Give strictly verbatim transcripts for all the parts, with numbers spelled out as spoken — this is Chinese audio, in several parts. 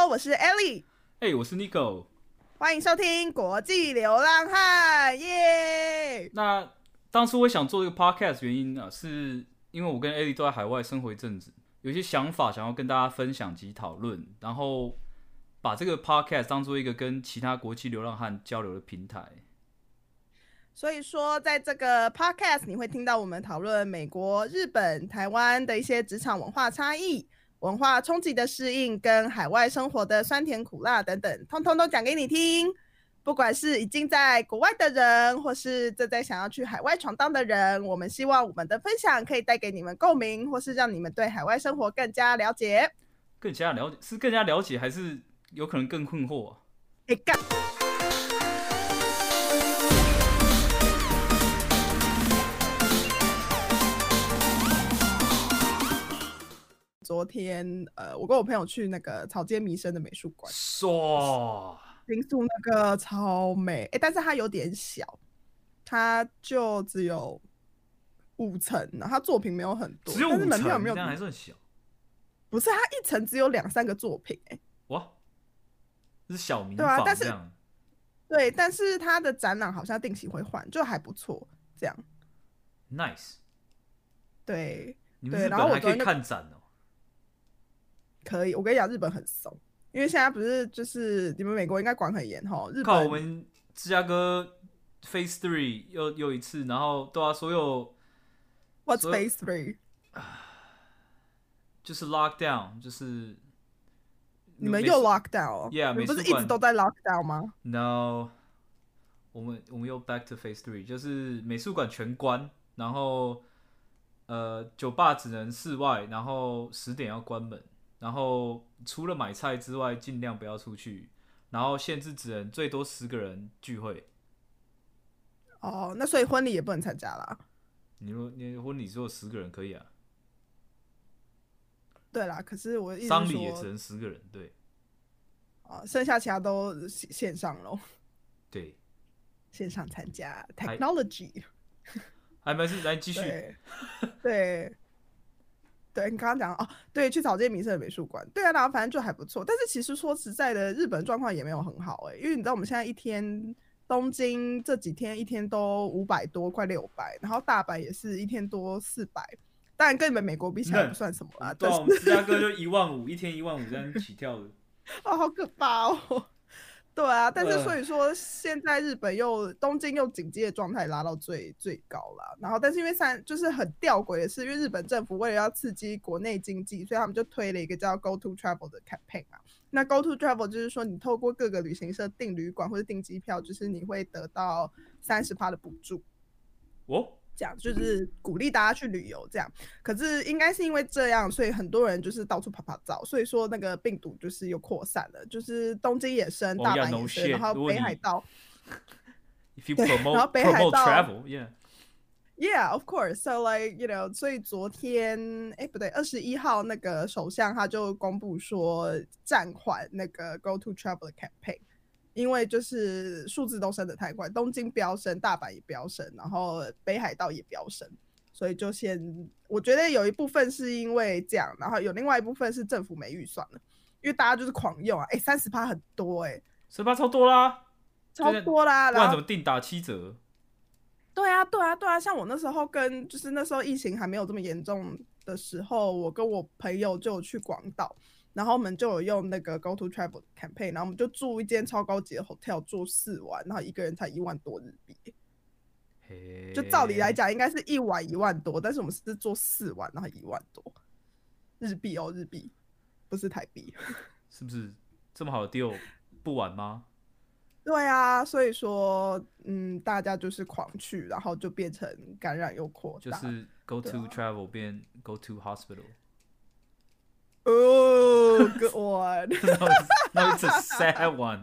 Hello， 我是 Ellie。 哎、欸，我是 Nico。 欢迎收听国际流浪汉，耶！ 那当初我想做这个 podcast 原因呢，是因为我跟 Ellie 都在海外生活一阵子，有些想法想要跟大家分享及讨论，然后把这个 podcast 当做一个跟其他国际流浪汉交流的平台。 所以说，在这个 podcast 你会听到我们讨论美国、日本、台湾的一些职场文化差异、文化冲击的适应，跟海外生活的酸甜苦辣等等，通通都讲给你听。不管是已经在国外的人，或是正在想要去海外闯荡的人，我们希望我们的分享可以带给你们共鸣，或是让你们对海外生活更加了解。 更加了解是更加了解，还是有可能更困惑啊？ 欸干昨天，呃，我跟我朋友去那个草间弥生的美术馆， 唰， 民宿那个超美，哎、欸，但是它有点小，它就只有五层，然后它作品没有很多， 只有五层， 但是门票没有， 这样还算小。 不是，它一层只有两三个作品、欸，哎， 哇，这是小民对啊，但是房这样。 对，但是它的展览好像定期会换，就还不错，这样。 Nice。 对， 你们对， 日本还可以然后我昨天就看展哦。 可以，我跟你讲，日本很松，因为现在不是就是你们美国应该管很严齁，日本靠，我们芝加哥 Phase Three 又又一次，然后对啊，所有 What's 所有 Phase Three？ 就是 lockdown， 就是你们又 lockdown？ Yeah， 你们不是美术馆一直都在 lockdown 吗 ？No， 我们我们又 back to Phase Three， 就是美术馆全关，然后呃酒吧只能室外，然后十点要关门。然后除了买菜之外，尽量不要出去，然后限制只能最多十个人聚会。 哦，那所以婚礼也不能参加啦。 你说你婚礼只有十个人可以啊？ 对啦，可是我意思是说丧礼也只能十个人，对。 哦，剩下其他都线上咯。 对， 线上参加 technology。 还没事，来继续。 对。对对，你刚刚讲哦，对，去草间弥生的美术馆，对啊，然后反正就还不错。但是其实说实在的，日本状况也没有很好哎、欸，因为你知道我们现在一天东京这几天一天都五百多，快六百，然后大阪也是一天多四百，当然跟你们美国比起来不算什么啦。 对啊，我们芝加哥就一万五，一天一万五这样起跳的。 哦，好可怕哦。对啊，但是所以说现在日本又东京又警戒的状态拉到最最高了，然后但是因为三就是很吊诡的是，因为日本政府为了要刺激国内经济，所以他们就推了一个叫 Go to Travel 的 campaign 啊。那 Go to Travel 就是说你透过各个旅行社订旅馆或者订机票，就是你会得到 百分之三十 的补助。 哦。 这样就是鼓励大家去旅游，这样。可是应该是因为这样，所以很多人就是到处拍拍照，所以说那个病毒就是又扩散了，就是东京也升， Oh, 大 yeah, 阪 no 也升， shit. 然后北海道。 If you promote, 然后北海 promote 道 travel, yeah. Yeah, of course. So like, you know, 所以昨天，哎，不对，二十一号那个首相他就公布说暂缓那个 Go to Travel 的 campaign。因为就是数字都升得太快，东京飙升，大阪也飙升，然后北海道也飙升，所以就先，我觉得有一部分是因为这样，然后有另外一部分是政府没预算了，因为大家就是狂用啊，哎，三十趴很多哎、欸， 十趴超多啦， 超多啦， 不然怎么定打七折？ 对啊，对啊，对啊，像我那时候跟就是那时候疫情还没有这么严重的时候，我跟我朋友就有去广岛。然后我们就有用那个 Go to Travel campaign， 然后我们就住一间超高级的 hotel， 住四晚，然后一个人才一万多日币。就照理来讲应该是一晚一万多，但是我们是做四晚，然后一万多日币哦，日币不是台币。 是不是这么好的 deal 不晚吗？ 对啊，所以说嗯，大家就是狂去，然后就变成感染又扩大，就是 Go to Travel 变 Go to Hospital。Oh, good one. no, no, it's a sad one.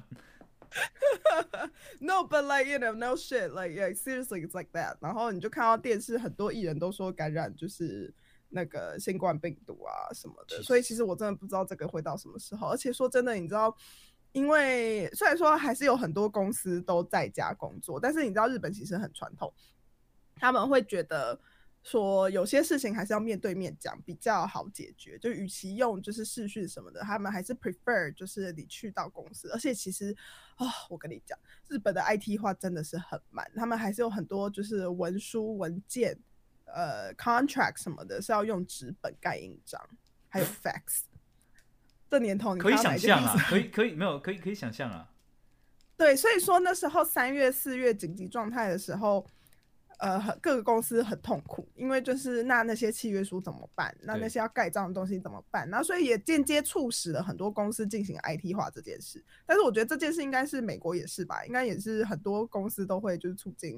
No, but like, you know, no shit. Like, yeah, seriously, it's like that. 然后你就看到电视，很多艺人都说感染就是那个新冠病毒啊什么的。所以其实我真的不知道这个会到什么时候。而且说真的，你知道，因为虽然说还是有很多公司都在家工作，但是你知道日本其实很传统，他们会觉得。 说有些事情还是要面对面讲比较好解决，就与其用就是视讯什么的，他们还是 prefer 就是你去到公司。而且其实啊、哦，我跟你讲，日本的 I T 化真的是很慢，他们还是有很多就是文书文件呃 contract 什么的是要用纸本盖印章，还有 fax 这年头你可以想象啊，可以以可以没有可以可以想象啊。 对，所以说那时候三月四月紧急状态的时候，呃，各个公司很痛苦，因为就是那那些契约书怎么办？那那些要盖章的东西怎么办？然后所以也间接促使了很多公司进行 I T 化这件事。但是我觉得这件事应该是美国也是吧，应该也是很多公司都会就是促进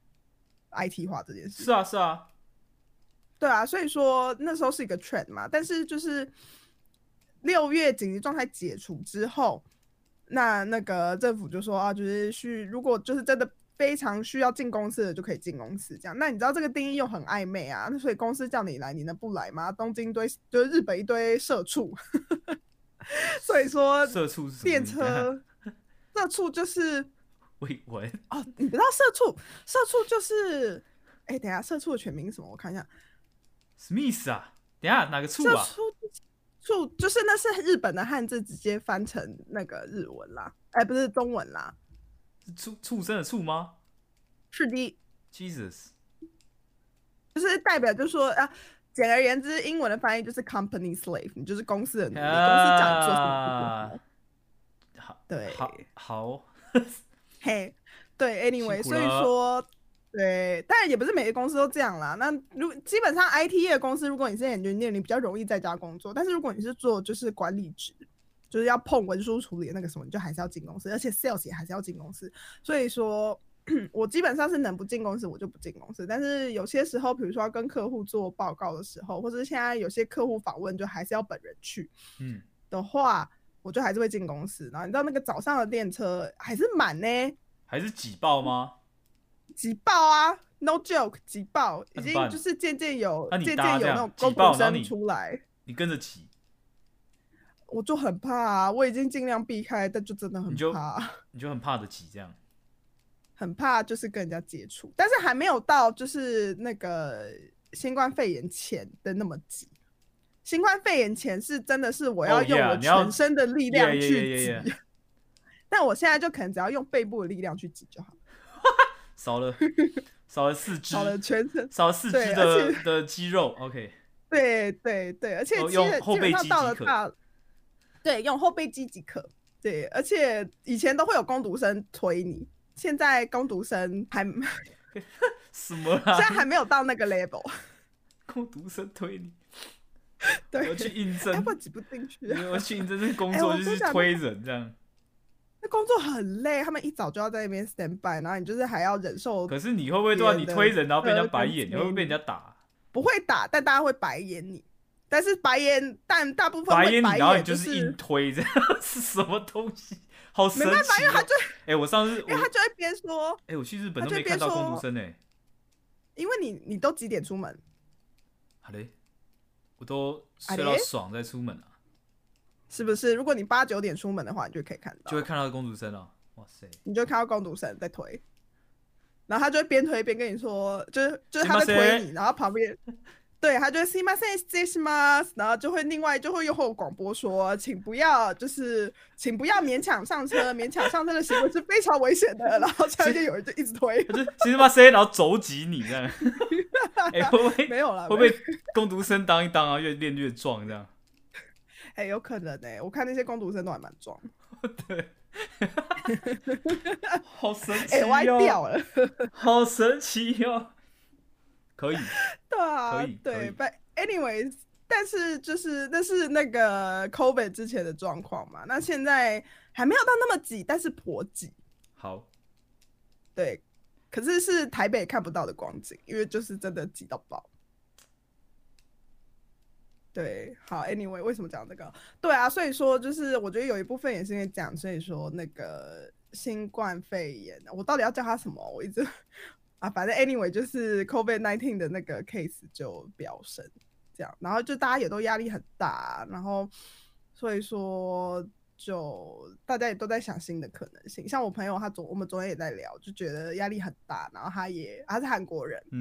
I T 化这件事。 是啊是啊， 对啊，所以说那时候是一个 trend 嘛。但是就是六月紧急状态解除之后。那那个政府就说啊，就是去如果就是真的非常需要进公司的就可以进公司这样。那你知道这个定义又很暧昧啊，那所以公司叫你来，你能不来吗？东京一堆就是日本一堆社畜，所以说社畜是什么电车社畜就是喂喂哦，你不知道社畜社畜就是哎、欸，等一下社畜的全名是什么？我看一下， 什么意思啊？等一下哪个畜啊？ 社畜畜就是那是日本的汉字直接翻成那个日文啦，哎、欸，不是中文啦， 是畜畜生的畜吗？ 是的 ，Jesus， 就是代表就是说啊，简而言之，英文的翻译就是 company slave， 你就是公司的奴隶，啊、公司叫你做什么就做什么。 好， 对， 好，好， 嘿，对 ，anyway， 所以说。对，当然也不是每个公司都这样啦。那如基本上 I T 业的公司，如果你是研究念，你比较容易在家工作。但是如果你是做就是管理职，就是要碰文书处理的那个什么，你就还是要进公司，而且 sales 也还是要进公司。所以说，我基本上是能不进公司我就不进公司。但是有些时候，比如说要跟客户做报告的时候，或者是现在有些客户访问，就还是要本人去，嗯的话，我就还是会进公司。然后你知道那个早上的电车还是满呢， 还是挤爆吗？ 挤爆啊 ，no joke， 挤爆，已经就是渐渐有渐渐有那种攻读生出来， 你跟着挤， 我就很怕啊，我已经尽量避开，但就真的很怕， 你就你就很怕的挤这样， 很怕就是跟人家接触，但是还没有到就是那个新冠肺炎前的那么挤。新冠肺炎前是真的是我要用我全身的力量去挤， oh, yeah, yeah, yeah, yeah. 但我现在就可能只要用背部的力量去挤就好。 少了少了四肢， 少了全身， 少了四肢 的, 的肌肉 ，OK。 对对对，而且基本基本上到了大，对，用后背肌即可。对，而且以前都会有工读生推你，现在工读生还什么啊？ 现在还没有到那个 level。 工读生推你， 对， 我去应征， 要不然挤不进去、啊。 我去应征这工作就是推人这样。 那工作很累，他们一早就要在那边 stand by， 然后你就是还要忍受。 可是你会不会对啊？你推人然后被人家白眼，你会不会被人家打？ 不会打，但大家会白眼你。但是白眼，但大部分会白眼你，然后你就是硬推，这样是什么东西？好神奇、喔！ 没办法，因为他就， 哎、欸，我上次， 因为他就会边说， 哎、欸，我去日本都没看到工读生哎、欸， 因为你你都几点出门？ 好嘞，我都睡到爽再出门啊。 是不是？如果你八九点出门的话，你就可以看到， 就会看到工读生了、喔。哇塞！ 你就看到工读生在推，然后他就会边推边跟你说，就是就是他在推你，然后旁边，对，他就会 see my sense this mas， 然后就会另外就会又会广播说，请不要就是请不要勉强上车，勉强上车的行为是非常危险的。然后下面就有人就一直推， 就 see my sense， 然后肘击你这样。哎、欸，会不会没有啦？ 会不会工读生当一当啊，越练越壮这样？ 哎、欸，有可能哎、欸，我看那些工读生都还蛮壮。 对。好神奇哦！ 哎、欸，歪掉了， 好神奇哦！可以， 对啊， 可以， 对 ，But anyways， 但是就是那是那个 COVID 之前的状况嘛，那现在还没有到那么挤，但是颇挤。 好， 对，可是是台北看不到的光景，因为就是真的挤到爆。对，好 ，anyway， 为什么讲这个？对啊，所以说就是我觉得有一部分也是因为这样，所以说那个新冠肺炎，我到底要叫它什么？我一直啊，反正 anyway 就是 COVID 十九 的那个 case 就飙升，这样，然后就大家也都压力很大，然后所以说就大家也都在想新的可能性。像我朋友他昨我们昨天也在聊，就觉得压力很大，然后他也他是韩国人，嗯。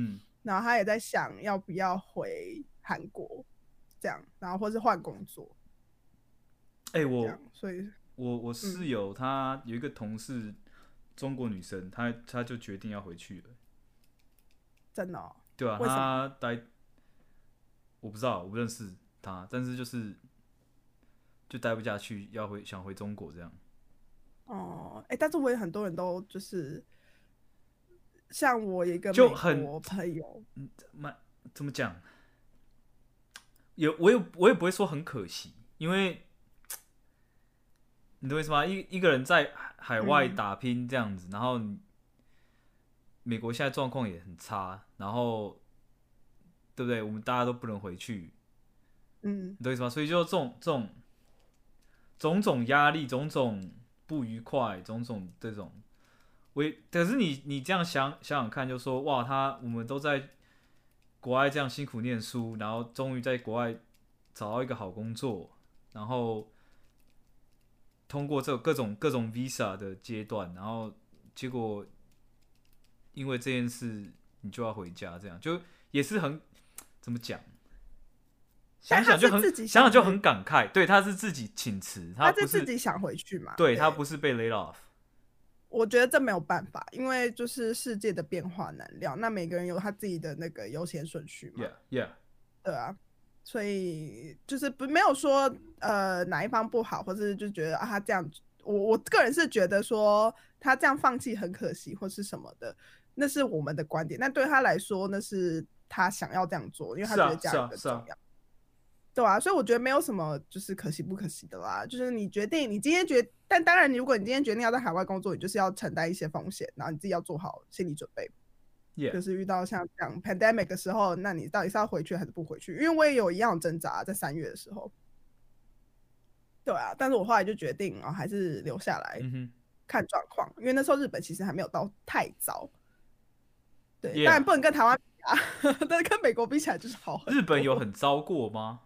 然后他也在想要不要回韩国，这样，然后或是换工作。 哎、欸，我所以我我室友他有一个同事，中国女生，她她就决定要回去了。 真的、哦？ 对啊，她待我不知道，我不认识她，但是就是就待不下去，要回想回中国这样。 哦，哎、欸，但是我也很多人都就是像我一个就美国朋友， 嗯，怎么讲？有我也我也不会说很可惜，因为你懂我意思吗？一一个人在海外打拼这样子，嗯、然后美国现在状况也很差，然后对不对？我们大家都不能回去， 嗯， 你懂我意思吗？所以就这种这种种种压力、种种不愉快、种种这种，我可是你你这样想想想看，就说哇，他我们都在国外这样辛苦念书，然后终于在国外找到一个好工作，然后通过这各种各种 visa 的阶段，然后结果因为这件事你就要回家，这样就也是很怎么讲？想想就很想想就很感慨。对，他是自己请辞，他不是自己想回去嘛？ 对，他不是被 laid off。 我觉得这没有办法，因为就是世界的变化难料，那每个人有他自己的那个优先顺序嘛。 Yeah, yeah。 对啊，所以就是不没有说呃哪一方不好，或是就觉得啊他这样，我我个人是觉得说他这样放弃很可惜或是什么的，那是我们的观点。但对他来说，那是他想要这样做，因为他觉得家人更重要。对啊，所以我觉得没有什么就是可惜不可惜的啦，就是你决定，你今天决，但当然，如果你今天决定要在海外工作，你就是要承担一些风险，然后你自己要做好心理准备。 Yeah. 就是遇到像这样 pandemic 的时候，那你到底是要回去还是不回去？因为我也有一样的挣扎，在三月的时候。对啊，但是我后来就决定哦，还是留下来看状况，因为那时候日本其实还没有到太糟。对， yeah. 当然不能跟台湾比啊，但是跟美国比起来就是好很多。 日本有很糟过吗？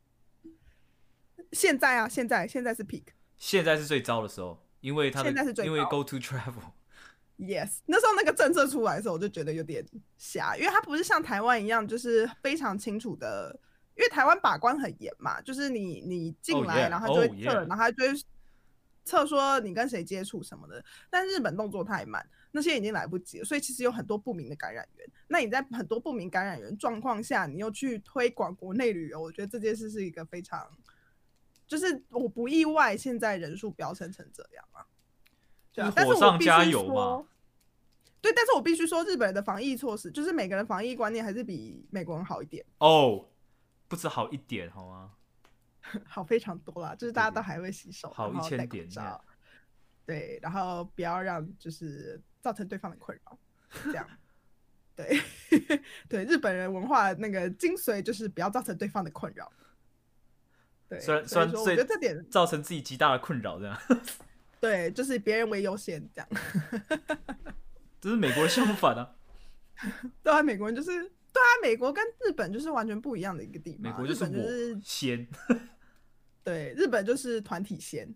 现在啊，现在现在是 peak， 现在是最糟的时候，因为他的现在是最糟， 因为 go to travel。Yes， 那时候那个政策出来的时候，我就觉得有点瞎，因为它不是像台湾一样，就是非常清楚的，因为台湾把关很严嘛，就是你你进来， oh, yeah. 然后他就会测， oh, yeah. 然后他就会测说你跟谁接触什么的。但日本动作太慢，那些已经来不及了，所以其实有很多不明的感染源。那你在很多不明感染源状况下，你又去推广国内旅游，我觉得这件事是一个非常。就是我不意外，现在人数飙升成这样啊， 就是火上加油嘛。 对，但是我必须说，日本人的防疫措施，就是每个人防疫观念还是比美国人好一点。 哦、oh, ，不止好一点好吗？ 好非常多啦，就是大家都还会洗手， 好一千点。 对，然后不要让就是造成对方的困扰，这样。对对，日本人文化那个精髓就是不要造成对方的困扰。对， 虽然虽然我觉得这点造成自己极大的困扰，这样。 对，就是别人为优先这样。 这是美国人相反啊。 对啊，美国人就是对啊，美国跟日本就是完全不一样的一个地方。 美国就是我先。 对，日本就是团体先。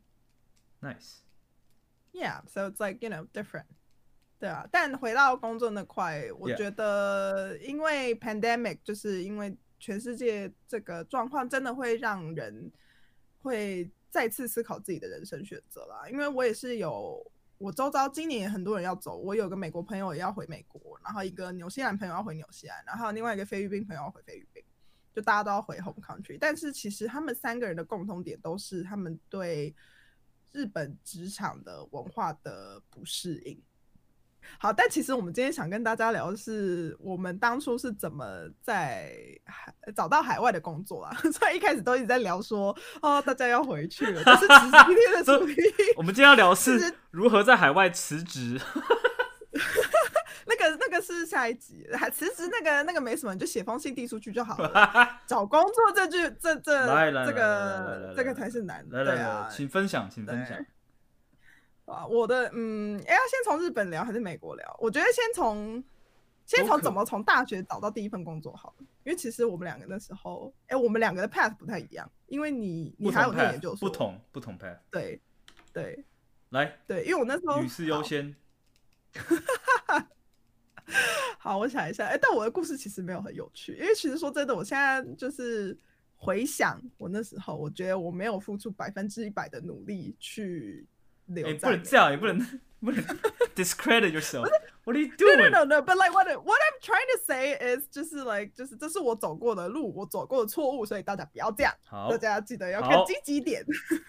Nice. Yeah, so it's like you know different. 对啊，但回到工作那块，我觉得因为 pandemic 就是因为。全世界这个状况真的会让人会再次思考自己的人生选择啦。因为我也是有，我周遭今年也很多人要走，我有个美国朋友也要回美国，然后一个纽西兰朋友要回纽西兰，然后还有另外一个菲律宾朋友要回菲律宾，就大家都要回 home country。但是其实他们三个人的共同点都是他们对日本职场的文化的不适应。好，但其实我们今天想跟大家聊的是我们当初是怎么在找到海外的工作啊。所以一开始都一直在聊说哦，大家要回去了，这是今天的主题。 我们今天要聊的是如何在海外辞职。 那个那个是下一集，还辞职那个那个没什么，你就写封信递出去就好了。找工作这句这这这个这个才是难的。对啊， 请分享，请分享。 啊，我的嗯，要先从日本聊还是美国聊？我觉得先从先从怎么从大学找到第一份工作好了，因为其实我们两个那时候，哎、欸，我们两个的 path 不太一样，因为你你还有念研究所， 不同不同 path， 对对， 来对，因为我那时候女士优先。 好，我想一下，哎、欸，但我的故事其实没有很有趣，因为其实说真的，我现在就是回想我那时候，我觉得我没有付出百分之一百的努力去留在、欸。 不能这样，也不能不能 discredit yourself. What are you doing? No, no, no, no. But like what what I'm trying to say is 就是 like 就是这是我走过的路，我走过的错误，所以大家不要这样。 好， 大家记得要更积极一点。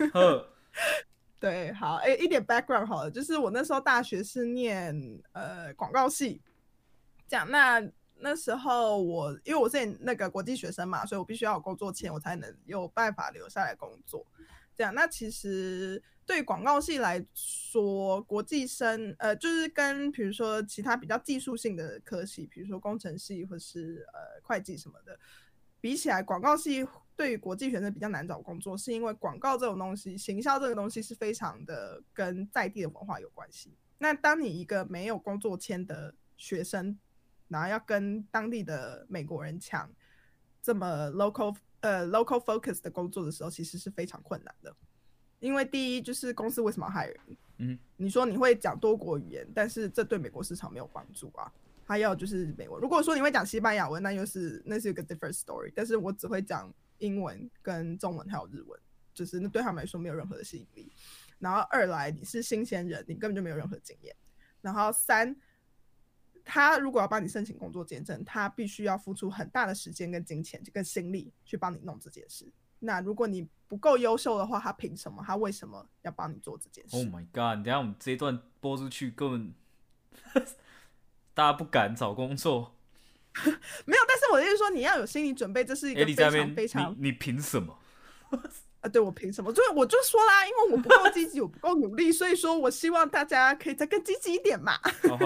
对，好，哎、欸，一点 background 好了，就是我那时候大学是念呃广告系，这样。那那时候我因为我是那个国际学生嘛，所以我必须要有工作签，我才能有办法留下来工作。这样，那其实对于广告系来说，国际生呃，就是跟比如说其他比较技术性的科系，比如说工程系或是呃会计什么的，比起来，广告系对于国际学生比较难找工作，是因为广告这种东西，行销这个东西是非常的跟在地的文化有关系。那当你一个没有工作签的学生，然后要跟当地的美国人抢这么 local 呃 local focus 的工作的时候，其实是非常困难的。因为第一就是公司为什么要 hire 你？嗯，你说你会讲多国语言，但是这对美国市场没有帮助啊。还有就是美国，如果说你会讲西班牙文，那又是那是一个 different story。但是我只会讲英文、跟中文还有日文，就是那对他们来说没有任何的吸引力。然后二来你是新鲜人，你根本就没有任何经验。然后三，他如果要帮你申请工作签证，他必须要付出很大的时间跟金钱跟心力去帮你弄这件事。那如果你不够优秀的话，他凭什么？他为什么要帮你做这件事 ？Oh my god！ 等一下我们这一段播出去，根本大家不敢找工作。 没有，但是我的意思说，你要有心理准备，这是一个非常非常…… 你你凭什么？ 啊，对，我凭什么？就是我就说啦，因为我不够积极，我不够努力，所以说我希望大家可以再更积极一点嘛。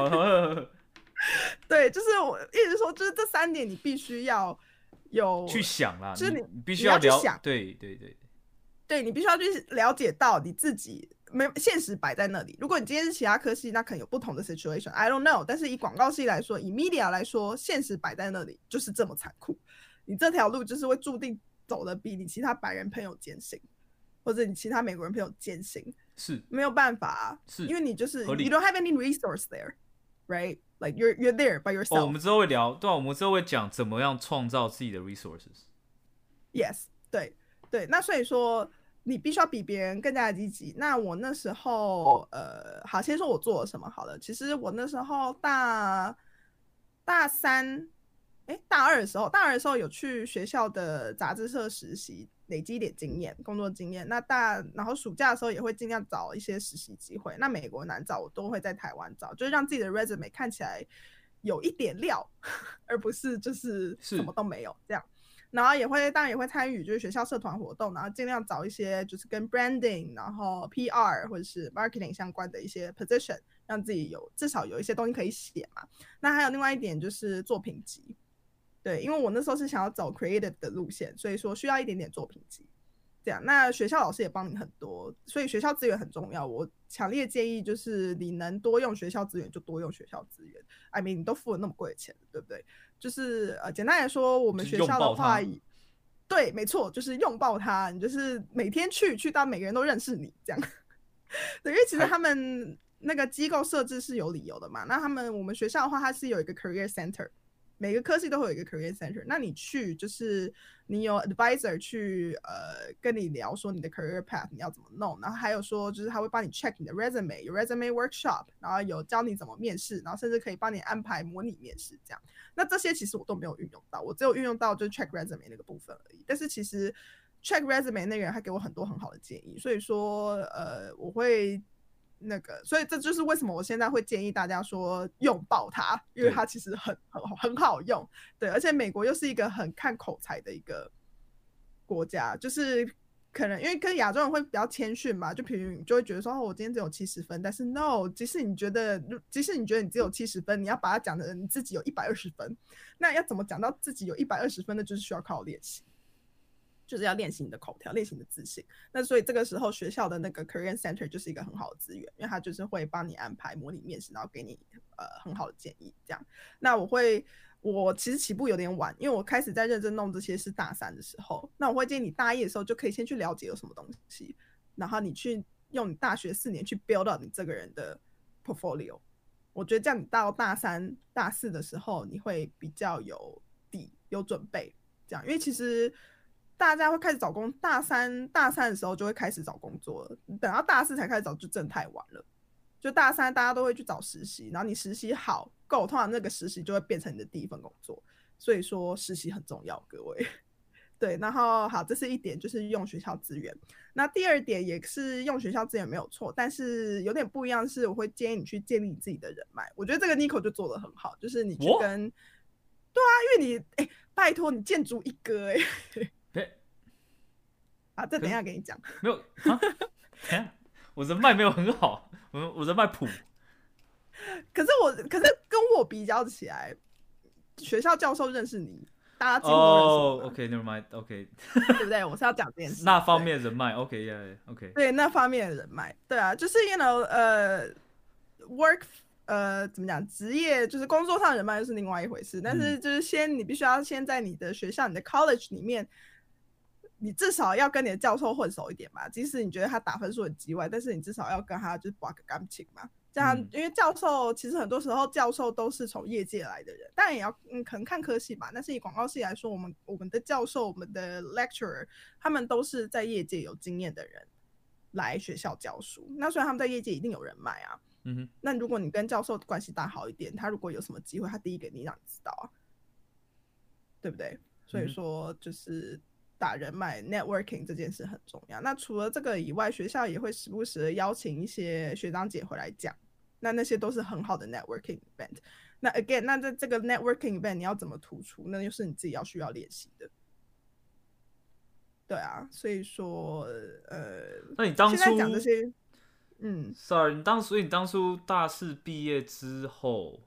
对，就是我一直说，就是这三点你必须要有去想啦， 就是你你必须要了想， 对对对， 对你必须要去了解到你自己没现实摆在那里。如果你今天是其他科系，那可能有不同的 situation，I don't know。但是以广告系来说，以 media 来说，现实摆在那里就是这么残酷。你这条路就是会注定走的比你其他白人朋友艰辛，或者你其他美国人朋友艰辛， 是没有办法、啊， 是因为你就是 you don't have any resource there, right? Like you're you're there by yourself。 哦，我们之后会聊，对啊，我们之后会讲怎么样创造自己的 resources。Yes， 对对，那所以说你必须要比别人更加的积极。那我那时候，呃，好，先说我做了什么好了。其实我那时候大大三。哎，大二的时候，大二的时候有去学校的杂志社实习，累积一点经验，工作经验。那大，然后暑假的时候也会尽量找一些实习机会。那美国难找，我都会在台湾找，就是让自己的 resume 看起来有一点料，而不是就是什么都没有这样。然后也会，当然也会参与就是学校社团活动，然后尽量找一些就是跟 branding， 然后 P R 或者是 marketing 相关的一些 position， 让自己有至少有一些东西可以写嘛。那还有另外一点就是作品集。对，因为我那时候是想要走 creative 的路线，所以说需要一点点作品集。这样，那学校老师也帮你很多，所以学校资源很重要。我强烈建议就是你能多用学校资源就多用学校资源。I mean， 你都付了那么贵的钱，对不对？就是呃，简单来说，我们学校的话，对，没错，就是拥抱它。你就是每天去，去到每个人都认识你，这样。对，因为其实他们那个机构设置是有理由的嘛。那他们我们学校的话，它是有一个 career center。每个科系都会有一个 career center， 那你去就是你有 advisor 去呃跟你聊说你的 career path 你要怎么弄，然后还有说就是他会帮你 check 你的 resume， 有 resume workshop， 然后有教你怎么面试，然后甚至可以帮你安排模拟面试这样。那这些其实我都没有运用到，我只有运用到就是 check resume 那个部分而已。但是其实 check resume 那个人还给我很多很好的建议，所以说呃我会。那个，所以这就是为什么我现在会建议大家说拥抱它，因为它其实很很很好用，对，而且美国又是一个很看口才的一个国家，就是可能因为跟亚洲人会比较谦逊嘛，就比如你就会觉得说，哦，我今天只有七十分，但是 no， 即使你觉得，即使你觉得你只有七十分，你要把它讲的你自己有一百二十分，那要怎么讲到自己有一百二十分呢？就是需要靠练习。就是要练习你的口条，练习你的自信。那所以这个时候学校的那个 career center 就是一个很好的资源，因为它就是会帮你安排模拟面试，然后给你呃很好的建议这样。那我会我其实起步有点晚，因为我开始在认真弄这些是大三的时候。那我会建议你大一的时候就可以先去了解有什么东西，然后你去用你大学四年去 build up 你这个人的 portfolio。 我觉得这样你到大三、大四的时候，你会比较有底、有准备。这样，因为其实大家会开始找工，大三、大三的时候就会开始找工作了，等到大四才开始找，就真的太晚了。就大三大家都会去找实习，然后你实习好够，通常那个实习就会变成你的第一份工作。所以说实习很重要，各位。对，然后好，这是一点，就是用学校资源。那第二点也是用学校资源没有错，但是有点不一样的是，我会建议你去建立你自己的人脉。我觉得这个 Nico 就做得很好，就是你去跟，对啊，因为你哎，拜托你建筑一哥哎、欸，啊，这等一下给你讲。 没有啊，等一下，我人脉没有很好，我我人脉普。 可是我，可是跟我比较起来，学校教授认识你。大家几乎都认识我。 哦 ，OK，never mind，OK， 对不对？我是要讲这件事。 那方面人脉 ，OK，yeah，OK。 对，那方面的人脉，对啊，就是 you know， 呃，work， 呃，怎么讲，职业就是工作上人脉又是另外一回事。但是就是先，你必须要先在你的学校、你的 college 里面，你至少要跟你的教授混熟一点嘛。即使你觉得他打分数很叽歪，但是你至少要跟他就是把个感情嘛。这样，因为教授其实很多时候教授都是从业界来的人，当然也要嗯可能看科系吧。但是以广告系来说，我们我们的教授、我们的 lecturer， 他们都是在业界有经验的人来学校教书。那虽然他们在业界一定有人脉啊， 嗯哼。 那如果你跟教授关系打好一点，他如果有什么机会，他第一个你让你知道啊，对不对？所以说就是打人脉 networking 这件事很重要。那除了这个以外，学校也会时不时的邀请一些学长姐回来讲，那那些都是很好的 networking event。那 again， 那在这个 networking event 你要怎么突出，那就是你自己要需要练习的。对啊，所以说呃， 那你当初现在讲这些，嗯 ，sorry， 你当所以你当初大四毕业之后，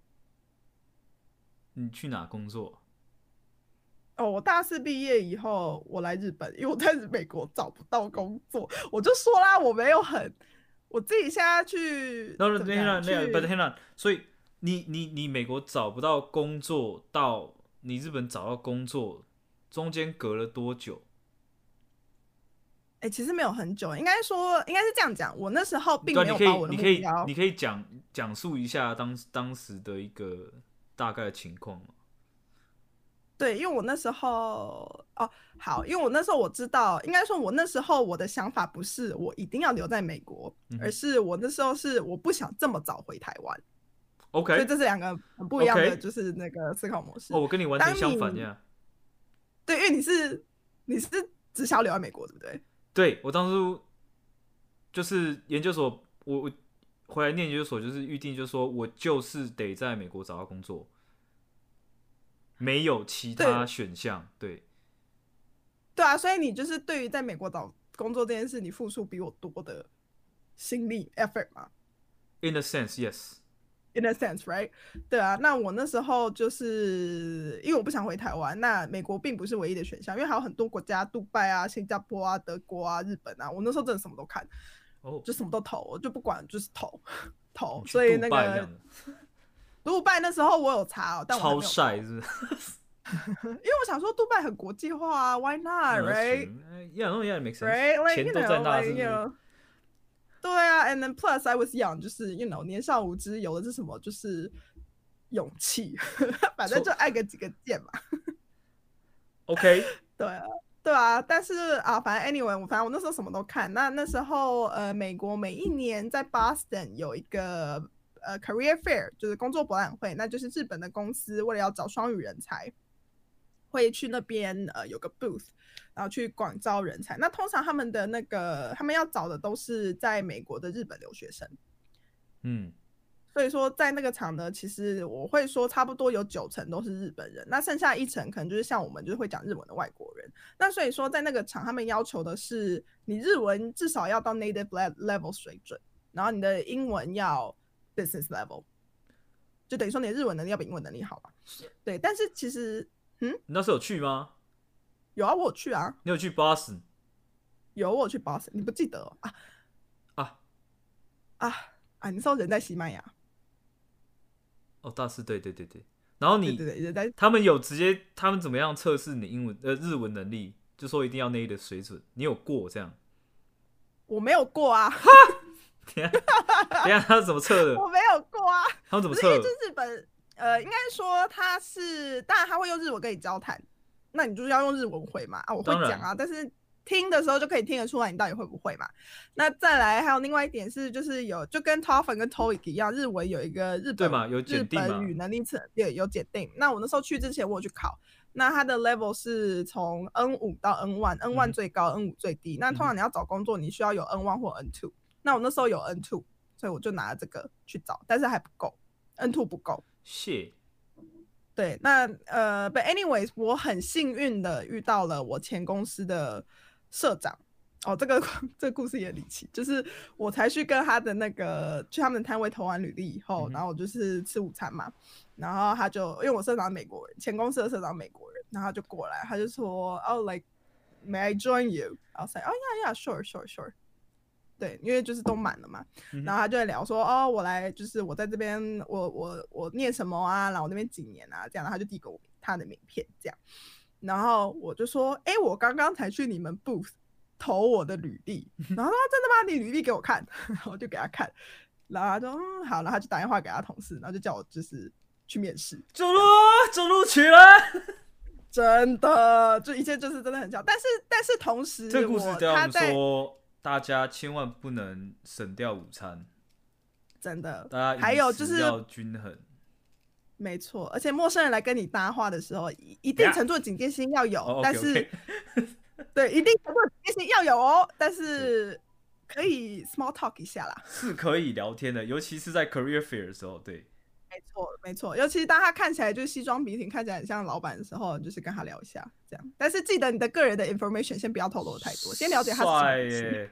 你去哪工作？ 哦，我大四毕业以后，我来日本，因为我在美国找不到工作，我就说啦，我没有很，我自己现在去， 那那那那不天哪，所以你你你美国找不到工作，到你日本找到工作，中间隔了多久？ 哎、欸，其实没有很久，应该说应该是这样讲，我那时候并没有把我的目标， 你可以你可以你可以讲讲述一下当当时的一个大概的情况吗？ 对，因为我那时候哦，好，因为我那时候我知道，应该说我那时候我的想法不是我一定要留在美国，嗯、而是我那时候是我不想这么早回台湾。 OK， 所以这是两个很不一样的，就是那个思考模式。 哦，我跟你完全相反呀。 对，因为你是你是只想要留在美国，对不对？ 对，我当初就是研究所，我我回来念研究所，就是预定，就是说我就是得在美国找到工作。没有其他选项，对 对, 对啊，所以你就是对于在美国找工作这件事，你付出比我多的心力 effort 嘛 ？In a sense, yes. In a sense, right? 对啊，那我那时候就是因为我不想回台湾，那美国并不是唯一的选项，因为还有很多国家，杜拜啊、新加坡啊、德国啊、日本啊，我那时候真的什么都看，哦、oh. ，就什么都投，我就不管，就是投投，所以那个。杜拜那时候我有查、哦，但我超帅是不是？ 因为我想说杜拜很国际化啊 ，Why not, right? Yeah, no, yeah, makes sense. Right? Like, 钱都在那，是不是？ you know, 对啊 ，and then plus I was young， 就是 you know 年少无知，有的是什么就是勇气，反正就按个几个键嘛。 OK， 对啊，对啊，但是啊，反正 anyway， 我反正我那时候什么都看。那那时候呃，美国每一年在 Boston 有一个。呃 ，career fair 就是工作博览会，那就是日本的公司为了要找双语人才，会去那边呃有个 booth， 然后去广招人才。那通常他们的那个他们要找的都是在美国的日本留学生，嗯，所以说在那个场呢，其实我会说差不多有九成都是日本人，那剩下一成可能就是像我们就是会讲日文的外国人。那所以说在那个场，他们要求的是你日文至少要到 native level 水准，然后你的英文要business level， 就等于说你的日文能力要比英文能力好嘛？对，但是其实，嗯， 你那时候有去吗？ 有啊，我有去啊。 你有去 Boston？ 有，我有去 Boston， 你不记得、哦、啊？啊啊啊！你说人在西班牙？ 哦，大四，对对对对。然后你， 对对对，人在他们有直接，他们怎么样测试你英文呃日文能力？就说一定要那的水准，你有过这样？ 我没有过啊。 等一下，等一下他是怎么测的？ 我没有过啊， 啊。 他们怎么测？ 因为就是日本，呃，应该说他是，当然他会用日文跟你交谈，那你就是要用日文回嘛。啊，我会讲啊，但是听的时候就可以听得出来你到底会不会嘛。那再来还有另外一点是，就是有就跟 T O E F L 跟 T O E I C 一样，日文有一个日本对嘛，有检定嘛， 日本语能力测对有检定。那我那时候去之前我有去考。那它的 level 是从 N 五 到 N 一 N 一 最高、嗯、N 五 最低。那通常你要找工作，你需要有 N 一 或 N 二。那我那时候有 N 二，所以我就拿了这个去找，但是还不够 ，N 二 不够。 谢。 对，那呃 ，but anyways， 我很幸运的遇到了我前公司的社长。哦，这个这个故事也离奇，就是我才去跟他的那个去他们的摊位投完履历以后，嗯、然后我就是吃午餐嘛，然后他就因为我社长美国人，前公司的社长美国人，然后他就过来，他就说哦 ，like may I join you？ I was like oh yeah yeah sure sure sure。对，因为就是都满了嘛，嗯、然后他就会聊说哦，我来就是我在这边我我我念什么啊，然后我那边几年啊这样，然后他就递给我他的名片这样，然后我就说哎，我刚刚才去你们 booth。投我的履历，然后他说真的吗？你履历给我看，然后我就给他看，然后他说嗯好，然后他就打电话给他同事，然后就叫我就是去面试， 走路走路起来， 真的，就一切就是真的很巧，但是但是同时， 这个故事教我们说，大家千万不能省掉午餐， 真的， 大家还有就是要均衡。 没错，而且陌生人来跟你搭话的时候，一定程度的警戒心要有， yeah. 但是。 Oh, okay, okay. 对，一定程度的警戒心要有哦，但是可以 small talk 一下啦， 是可以聊天的，尤其是在 career fair 的时候，对， 没错没错，尤其是当他看起来就是西装笔挺，看起来很像老板的时候，就是跟他聊一下这样，但是记得你的个人的 information 先不要透露太多，先了解他是什么人。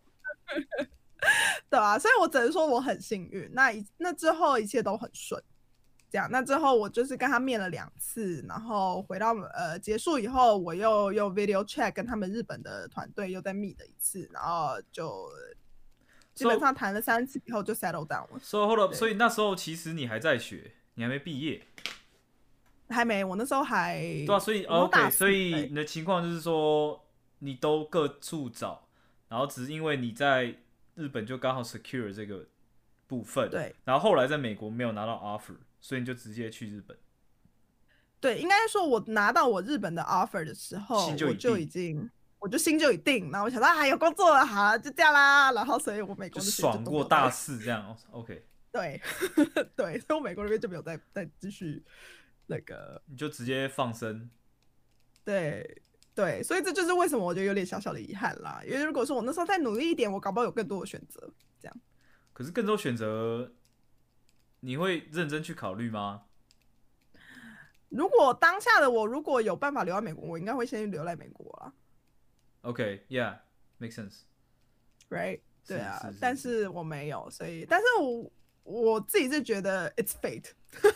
对啊，所以我只能说我很幸运，那那之后一切都很顺。这样，那之后我就是跟他面了两次，然后回到呃结束以后，我又用 video chat 跟他们日本的团队又再 meet 了一次，然后就基本上谈了三次以后就 settle down 了。 So hold up， 所以那时候其实你还在学，你还没毕业， 还没，我那时候还对啊，所以 OK， 所以你的情况就是说你都各处找，然后只是因为你在日本就刚好 secure 这个部分， 对， 然后后来在美国没有拿到 offer。所以你就直接去日本？ 对，应该说，我拿到我日本的 offer 的时候，我就已经，我就心就已定，然后我想到啊，有工作了，好，就这样啦。然后，所以我美国就爽过大事这样 ，OK。 对，对，所以我美国那边就没有再再继续那个， 你就直接放生。 对对，所以这就是为什么我觉得有点小小的遗憾啦。因为如果说我那时候再努力一点，我搞不好有更多的选择，这样。 可是更多选择。你会认真去考虑吗？ 如果当下的我如果有办法留在美国，我应该会先留在美国啊。 OK, yeah, makes sense. Right? 对啊， 是是是但是我没有，所以，但是我我自己是觉得 it's fate.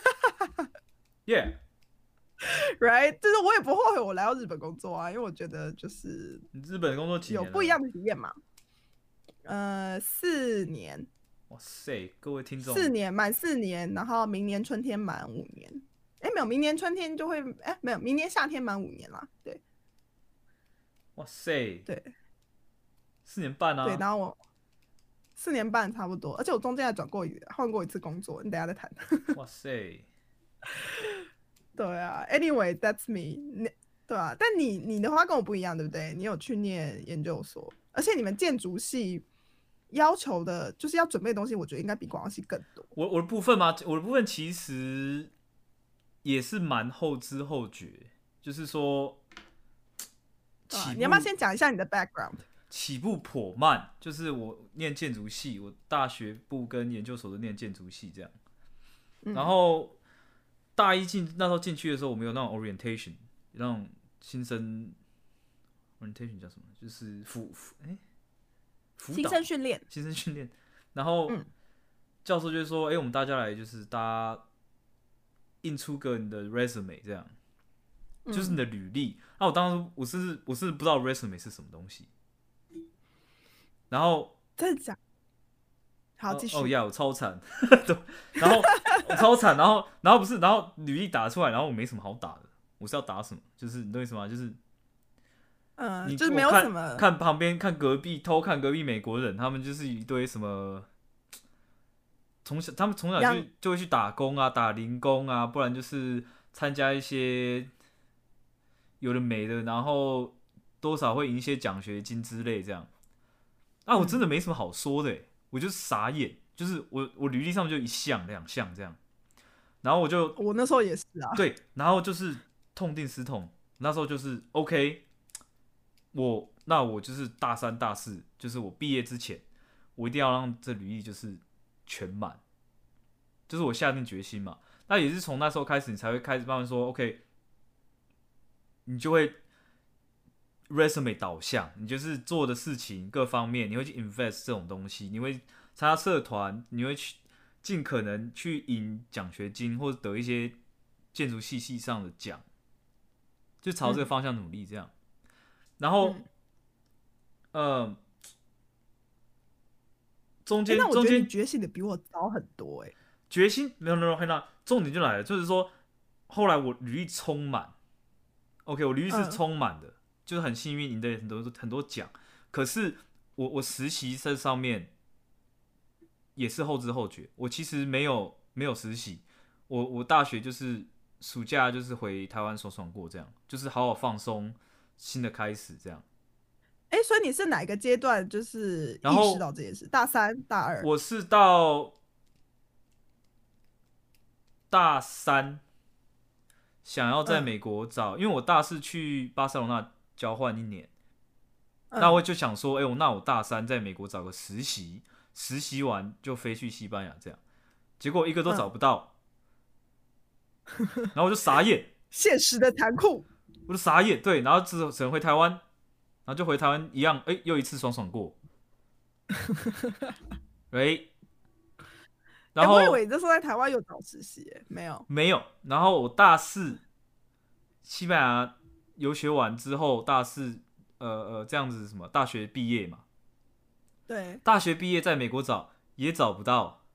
Yeah. Right? 就是我也不后悔我来到日本工作啊，因为我觉得就是日本工作几年了？ 有不一样的体验嘛。呃，四年。 哇塞，各位听众， 四年满四年，然后明年春天满五年。哎，没有，明年春天就会，哎，没有，明年夏天满五年啦。对， 哇塞， 对， 四年半啊。 对，然后我四年半差不多，而且我中间还转过一换过一次工作，你等一下再谈。 哇塞， 对啊 ，Anyway that's me， 对啊，但你你的话跟我不一样，对不对？你有去念研究所，而且你们建筑系。要求的就是要准备的东西，我觉得应该比广告系更多。 我我的部分嘛，我的部分其实也是蛮后知后觉，就是说， 啊、你要不要先讲一下你的 background？ 起步颇慢，就是我念建筑系，我大学部跟研究所都念建筑系这样。嗯、然后大一进那时候进去的时候，我们有那种 orientation， 那种新生 orientation 叫什么？就是辅辅哎。 新生训练， 新生训练，然后、嗯、教授就说：“哎、欸，我们大家来，就是大家印出个你的 resume， 这样，嗯、就是你的履历。那、啊、我当时我是我是不知道 resume 是什么东西，然后真的假？好，继续。 哦呀，我超惨，然后我超惨，然后然后不是，然后履历打出来，然后我没什么好打的，我是要打什么？就是你懂意思吗？就是。” 嗯， 你就是没有什么看旁边看隔壁偷看隔壁美国人，他们就是一堆什么从小他们从小养就就会去打工啊，打零工啊，不然就是参加一些有的没的，然后多少会赢一些奖学金之类这样。啊，我真的没什么好说的、欸，我就傻眼，就是我我履历上就一项两项这样，然后我就我那时候也是啊。 对，然后就是痛定思痛，那时候就是 OK， 我那我就是大三大四，就是我毕业之前，我一定要让这履历就是全满，就是我下定决心嘛。那也是从那时候开始，你才会开始慢慢说 OK， 你就会 resume 导向，你就是做的事情各方面，你会去 invest 这种东西，你会参加社团，你会去尽可能去赢奖学金或者得一些建筑系系上的奖，就朝这个方向努力这样。嗯、然后，嗯、呃，中间、 欸、那我觉得你中间觉醒的比我早很多哎、欸。 决心没有没有，那重点就来了，就是说后来我履历充满 ，OK， 我履历是充满的。嗯，就是很幸运赢得很多很多奖，可是我我实习这上面也是后知后觉，我其实没有没有实习，我我大学就是暑假就是回台湾爽爽过这样，就是好好放松，新的开始这样。 哎、欸，所以你是哪一个阶段就是意识到这件事？大三、大二？ 我是到大三想要在美国找，嗯、因为我大四去巴塞罗那交换一年。那我就想说，哎、欸，那我大三在美国找个实习，实习完就飞去西班牙这样，结果一个都找不到，嗯、然后我就傻眼， 现实的残酷， 我就傻眼，对，然后只只能回台湾，然后就回台湾一样，哎、欸，又一次爽爽过，哎，然后、 欸、我以为你那时候在台湾有找实习，没有， 没有，然后我大四西班牙游学完之后，大四。呃呃，这样子什么大学毕业嘛？ 对， 大学毕业在美国找也找不到。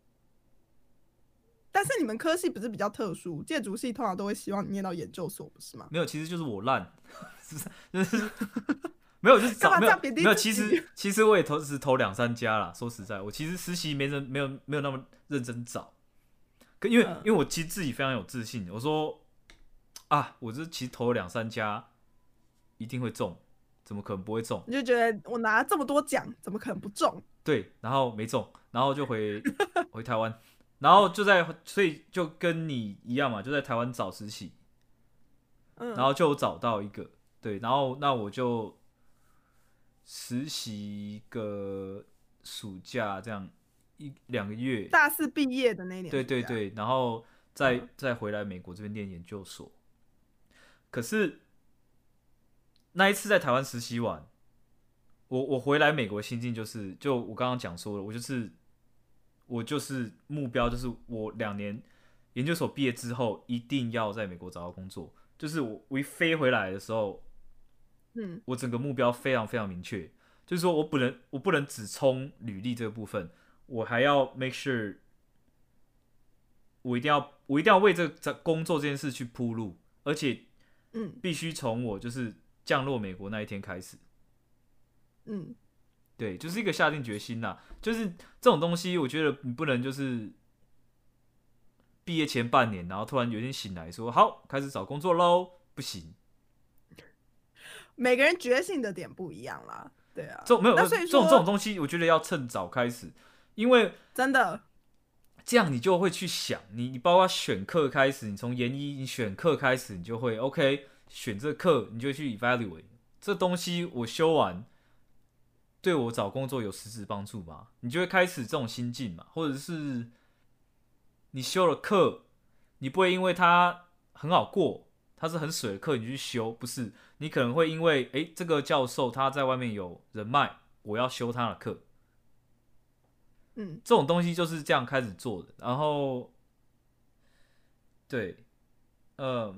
但是你们科系不是比较特殊，建筑系通常都会希望你念到研究所，不是吗？ 没有，其实就是我烂，就是没有，就是找没有没有。其实其实我也投只投两三家啦。说实在，我其实实习没人没有没有那么认真找，可因为、嗯、因为我其实自己非常有自信，我说啊，我这其实投了两三家，一定会中。怎么可能不会中？ 你就觉得我拿了这么多奖，怎么可能不中？ 对，然后没中，然后就回回台湾，然后就在，所以就跟你一样嘛，就在台湾找实习，嗯，然后就找到一个，对，然后那我就实习个暑假这样一两个月， 大四毕业的那一年， 对对对，然后再、嗯、再回来美国这边念研究所，可是。那一次在台湾实习完，我我回来美国的心境就是，就我刚刚讲说了，我就是我就是目标就是我两年研究所毕业之后一定要在美国找到工作，就是我我一飞回来的时候，嗯，我整个目标非常非常明确，就是说我不能我不能只冲履历这个部分，我还要 make sure 我一定要我一定要为这个工作这件事去铺路，而且嗯，必须从我就是降落美国那一天开始，嗯，对，就是一个下定决心啦。就是这种东西，我觉得你不能就是毕业前半年，然后突然有一天醒来说好开始找工作喽，不行。 每个人觉醒的点不一样啦，对啊。 这没有，那所以说这种这种东西，我觉得要趁早开始，因为真的这样你就会去想，你你包括选课开始，你从研一你选课开始，你就会 OK。选这课，你就会去 evaluate 这东西，我修完对我找工作有实质帮助吗？你就会开始这种心境嘛，或者是你修了课，你不会因为它很好过，它是很水的课，你去修，不是？你可能会因为，哎，这个教授他在外面有人脉，我要修他的课。嗯，这种东西就是这样开始做的。然后，对，嗯。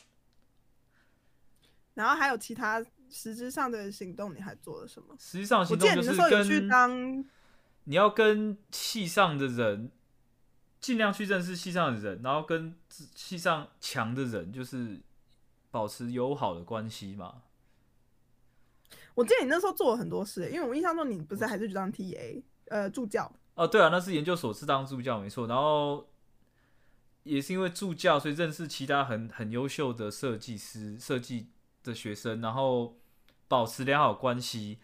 然后还有其他实质上的行动，你还做了什么？ 实际上行动就是跟去当你要跟系上的人尽量去认识系上的人，然后跟系上强的人就是保持友好的关系嘛。 我记得你那时候做了很多事，因为我印象中你不是还是去当 T A， 呃，助教。 哦，对啊，那是研究所是当助教没错，然后也是因为助教，所以认识其他很很优秀的设计师、设计的学生，然后保持良好关系，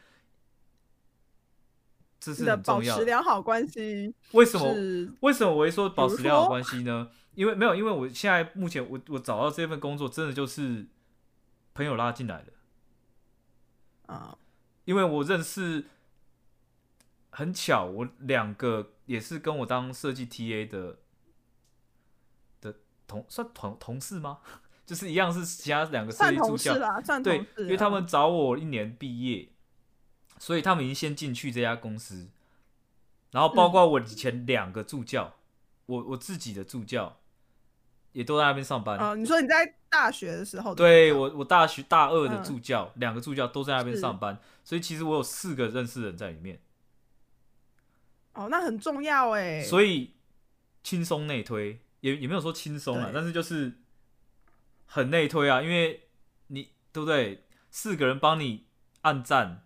这是你的保很重要的。 持良好关系为什么？ 是， 为什么我会说比保持良好如说关系呢？因为没有，因为我现在目前我我找到这份工作，真的就是朋友拉进来的。 啊、 因为我认识很巧，我两个也是跟我当设计 T A 的的同算同同事吗？就是一样是其他两个设算计助教， 同事啦，算对， 同事， 因为他们嗯找我一年毕业，所以他们已经先进去这家公司，然后包括我以前两个助教，我我自己的助教也都在那边上班。 呃，你说你在大学的时候的助教对我，我大学大二的助嗯教，两、个助教都在那边是上班，所以其实我有四个认识的人在里面， 哦，那很重要哎， 所以轻松内推，也也没有说轻松啊， 对但是就是很内推啊，因为你对不对？四个人帮你按赞，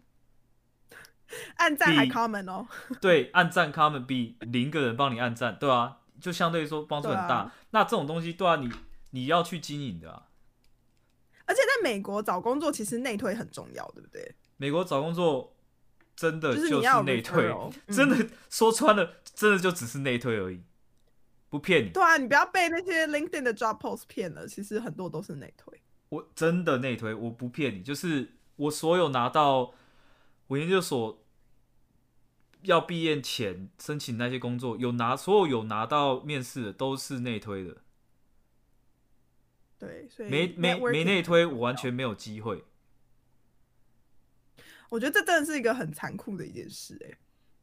按赞还比 common 哦， 对按赞他们比零个人帮你按赞，对啊，就相对说帮助很大。 对啊， 那这种东西，对啊，你你要去经营的啊。 而且在美国找工作其实内推很重要，对不对？ 美国找工作真的就是就是你要有内推， referral，嗯真的说穿了，真的就只是内推而已，不骗你。 对啊，你不要被那些 LinkedIn 的 job post 骗了，其实很多都是内推。 我真的内推，我不骗你，就是我所有拿到我研究所要毕业前申请那些工作，有拿所有有拿到面试的都是内推的， 对，所以没没 networking 没内推， 很重要我完全没有机会。 我觉得这真的是一个很残酷的一件事、欸，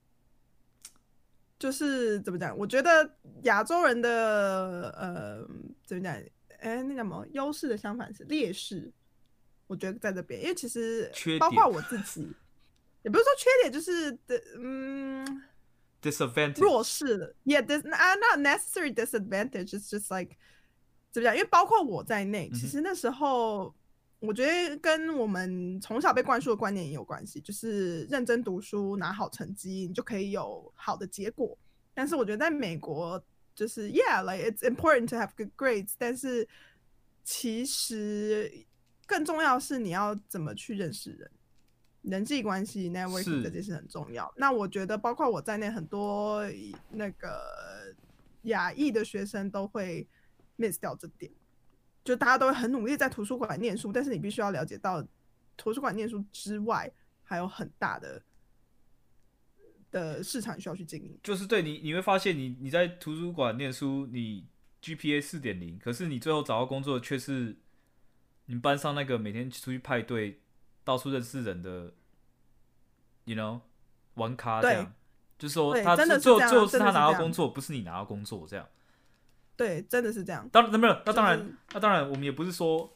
就是怎么讲？我觉得亚洲人的呃，怎么讲？哎、那叫什么？优势的相反是劣势。我觉得在这边，因为其实缺点包括我自己，也不是说缺点，就是的，嗯， disadvantage 弱势的，yeah, this not necessary disadvantage. It's just like 怎么讲？因为包括我在内， 嗯哼其实那时候我觉得跟我们从小被灌输的观念也有关系，就是认真读书，拿好成绩，你就可以有好的结果。但是我觉得在美国，就是 yeah, like it's important to have good grades， 但是其实更重要是你要怎么去认识人。人际关系 networking 是这件事很重要。那我觉得包括我在内，很多那个亚裔的学生都会 miss 掉这点，就大家都会很努力在图书馆念书，但是你必须要了解到，图书馆念书之外还有很大的的市场需要去经营。 就是对你你会发现你你在图书馆念书，你 G P A 四点零，可是你最后找到工作却是你们班上那个每天出去派对、到处认识人的 ，you know， 玩咖这样，就是说他真的是最后这样最后是他真的是这样拿到工作，不是你拿到工作这样。 对，真的是这样。 当然没有，那当然、 就是那当然我们也不是说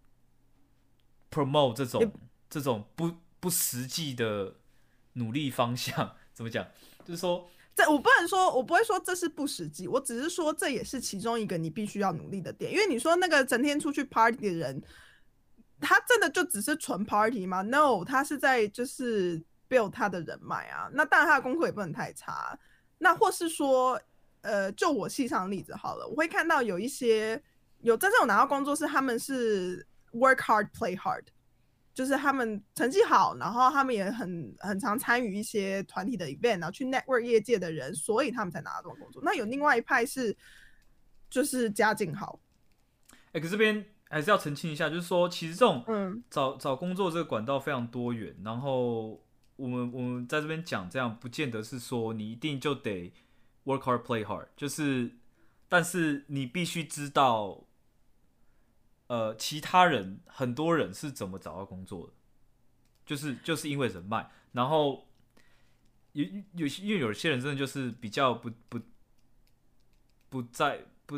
promote 这种这种不不实际的努力方向，怎么讲？就是说。 这我不能说，我不会说这是不实际，我只是说这也是其中一个你必须要努力的点。因为你说那个整天出去 party 的人，他真的就只是纯 party 吗 ？No， 他是在就是 build 他的人脉啊。那当然他的功课也不能太差。那或是说，呃，就我系上的例子好了，我会看到有一些有真正有拿到工作是他们是 work hard play hard。就是他们成绩好，然后他们也很很常参与一些团体的 event， 然后去 network 业界的人，所以他们才拿到这种工作。那有另外一派是，就是家境好。 哎、欸，可是这边还是要澄清一下，就是说，其实这种嗯找找工作这个管道非常多元，然后我们我们在这边讲这样，不见得是说你一定就得 work hard play hard， 就是，但是你必须知道。呃，其他人很多人是怎么找到工作的？就是就是因为人脉，然后有有因为有些人真的就是比较不不不在不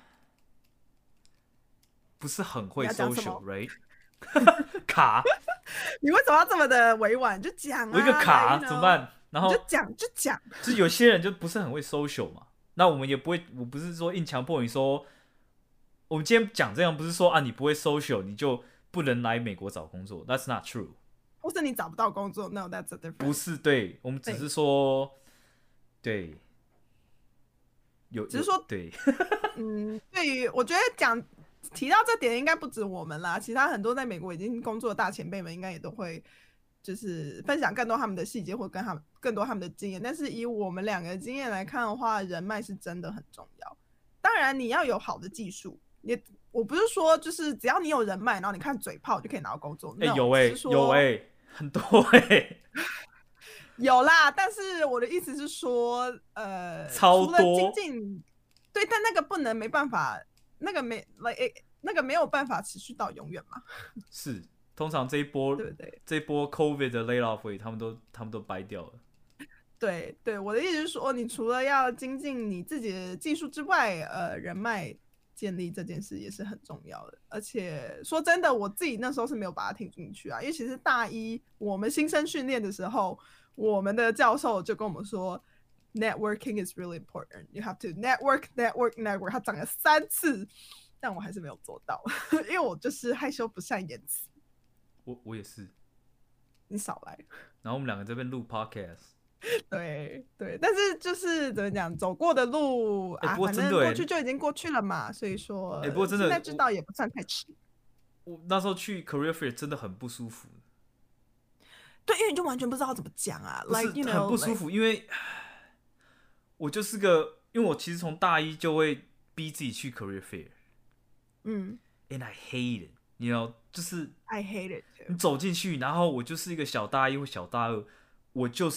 不是很会 social，right？ 卡， 你为什么要这么的委婉？就讲啊， 我一个卡、 you know， 怎么办？然后就讲就讲， 就是有些人就不是很会 social 嘛，那我们也不会，我不是说硬强迫你说。我们今天讲这样，不是说啊你不会 social 你就不能来美国找工作 ，That's not true。 或是你找不到工作 ，No，that's a different。 不是，对，我们只是说对，有只是说对， 嗯，对于我觉得讲提到这点，应该不止我们啦，其他很多在美国已经工作的大前辈们，应该也都会就是分享更多他们的细节，或跟他们更多他们的经验。但是以我们两个的经验来看的话，人脉是真的很重要。当然，你要有好的技术，也我不是说就是只要你有人脉，然后你看嘴炮就可以拿到工作。 哎、 no, 有哎、 是有哎、很多哎、 有啦。但是我的意思是说，呃， 超多除了精进，对，但那个不能没办法，那个没来、like, 那个没有办法持续到永远嘛。 是，通常这一波对不对？ 这一波 COVID 的 lay off， 他们都他们都掰掉了。 对对，我的意思是说，你除了要精进你自己的技术之外，呃，人脉建立这件事也是很重要的。而且说真的，我自己那时候是没有把它听进去啊，因为其实大一我们新生训练的时候，我们的教授就跟我们说 ，networking is really important. You have to network, network, network. 他讲了三次，但我还是没有做到，因为我就是害羞不善言辞。 我我也是。 你少来。 然后我们两个这边录 podcast。 对对，但是就是怎么讲，走过的路、 欸、 啊， 不过真的、欸、 反正过去就已经过去了嘛，所以说， 哎、欸，不过真的， 现在知道也不算太迟。 我那时候去 career fair 真的很不舒服。 对，因为你就完全不知道怎么讲啊， 不是 like, you know, 很不舒服， like... 因为我就是个，因为我其实从大一就会逼自己去 career fair， 嗯 ，and I hate it， you know， 就是 I hate it too。 你走进去，然后我就是一个小大一或小大二，我就是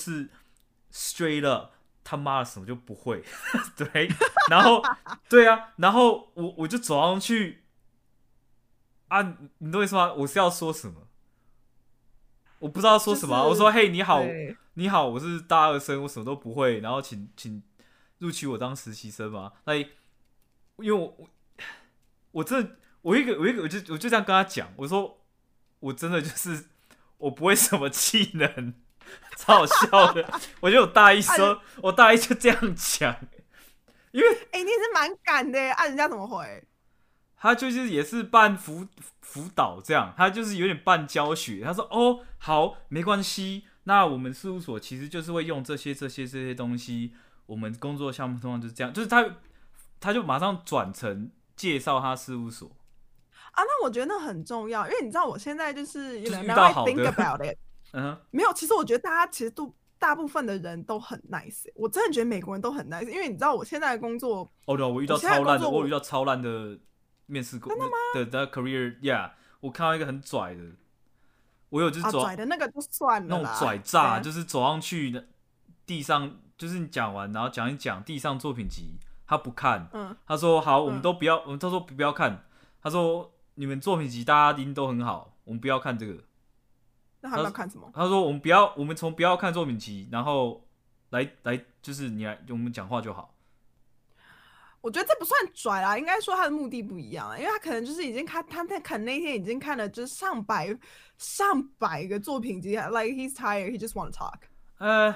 straight up 他妈的什么就不会，对，然后对啊，然后我我就走上去，啊，你懂我意思吗？我是要说什么？我不知道说什么、啊就是， 我说嘿，你好，你好，我是大二生，我什么都不会，然后请请录取我当实习生嘛。那因为我我我真的我一个我一个我就我就这样跟他讲，我说我真的就是我不会什么技能，超好笑的。我觉得我大一说，我大一就这样讲，因为哎、欸，你也是蛮敢的，啊，人家怎么回？ 他就是也是办辅辅导这样，他就是有点半教学。他说：“哦，好，没关系。那我们事务所其实就是会用这些、这些、这些东西。我们工作项目通常就是这样，就是他他就马上转成介绍他事务所啊。那我觉得那很重要，因为你知道我现在就是， 就是遇到好的 think about it， 嗯， 没有。其实我觉得大家其实都大部分的人都很 nice， 我真的觉得美国人都很 nice， 因为你知道我现在的工作， 哦，对，我遇到超烂的，我有遇到超烂的。”面试过的的 career yeah， 我看到一个很拽的，我有就是走、 啊、拽的那个就算了啦， 那种拽炸，就是走上去地上，就是你讲完，然后讲一讲地上作品集，他不看， 嗯、 他说好，我们嗯、 都不要，我们他说不要看，他说你们作品集大家一定都很好，我们不要看这个。 那他们要看什么？ 他说我们不要，我们从不要看作品集，然后来来就是你来我们讲话就好。 我觉得这不算拽啦，应该说他的目的不一样，因为他可能就是已经看他可能那天已经看了就是上百上百个作品集 ，like he's tired, he just want to talk。 呃、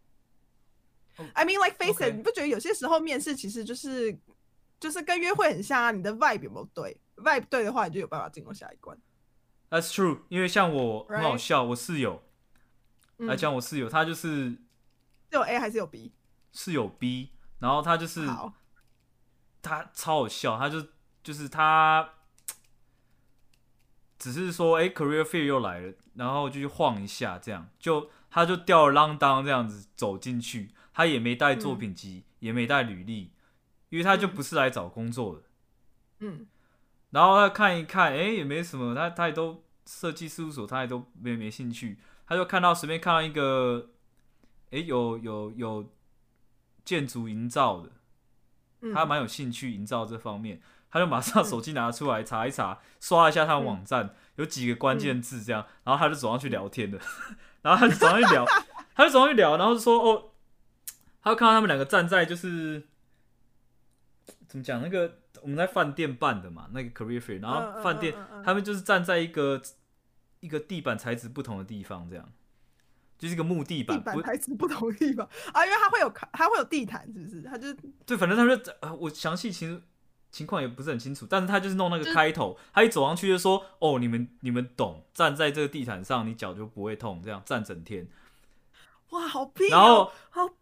uh, ，I mean like face it，、 okay. 你不觉得有些时候面试其实就是就是跟约会很像啊？你的 vibe 有没有对 ？vibe 对的话，你就有办法进入下一关。 That's true， 因为像我很好笑， right? 我室友来讲，我室友他就是是有 A 还是有 B？ 室友 B， 然后他就是好。 他超好笑，他就就是他只是说，哎、欸、，career fair 又来了，然后就去晃一下，这样就他就吊儿郎当这样子走进去，他也没带作品集、嗯，也没带履历，因为他就不是来找工作的。嗯，然后他看一看，哎、欸，也没什么，他他也都设计事务所，他也都没没兴趣，他就看到随便看到一个，哎、欸，有有有建筑营造的。他蛮有兴趣营造这方面，他就马上手机拿出来查一查，刷一下他的网站，嗯、有几个关键字这样，然后他就走上去聊天了，然后他就走上去聊，他就走上去聊，然后就说哦，他就看到他们两个站在就是怎么讲那个我们在饭店办的嘛，那个 career fair， 然后饭店、嗯嗯嗯嗯、他们就是站在一个一个地板材质不同的地方这样。就是一个木地板， 地板材质不同的地方啊，因为它会有它会有地毯，是不是？它就是对，反正他就、呃、我详细情情况也不是很清楚，但是他就是弄那个开头，他一走上去就说：“哦，你们你们懂，站在这个地毯上，你脚就不会痛，这样站整天。” 哇，好屁、喔！ 然后好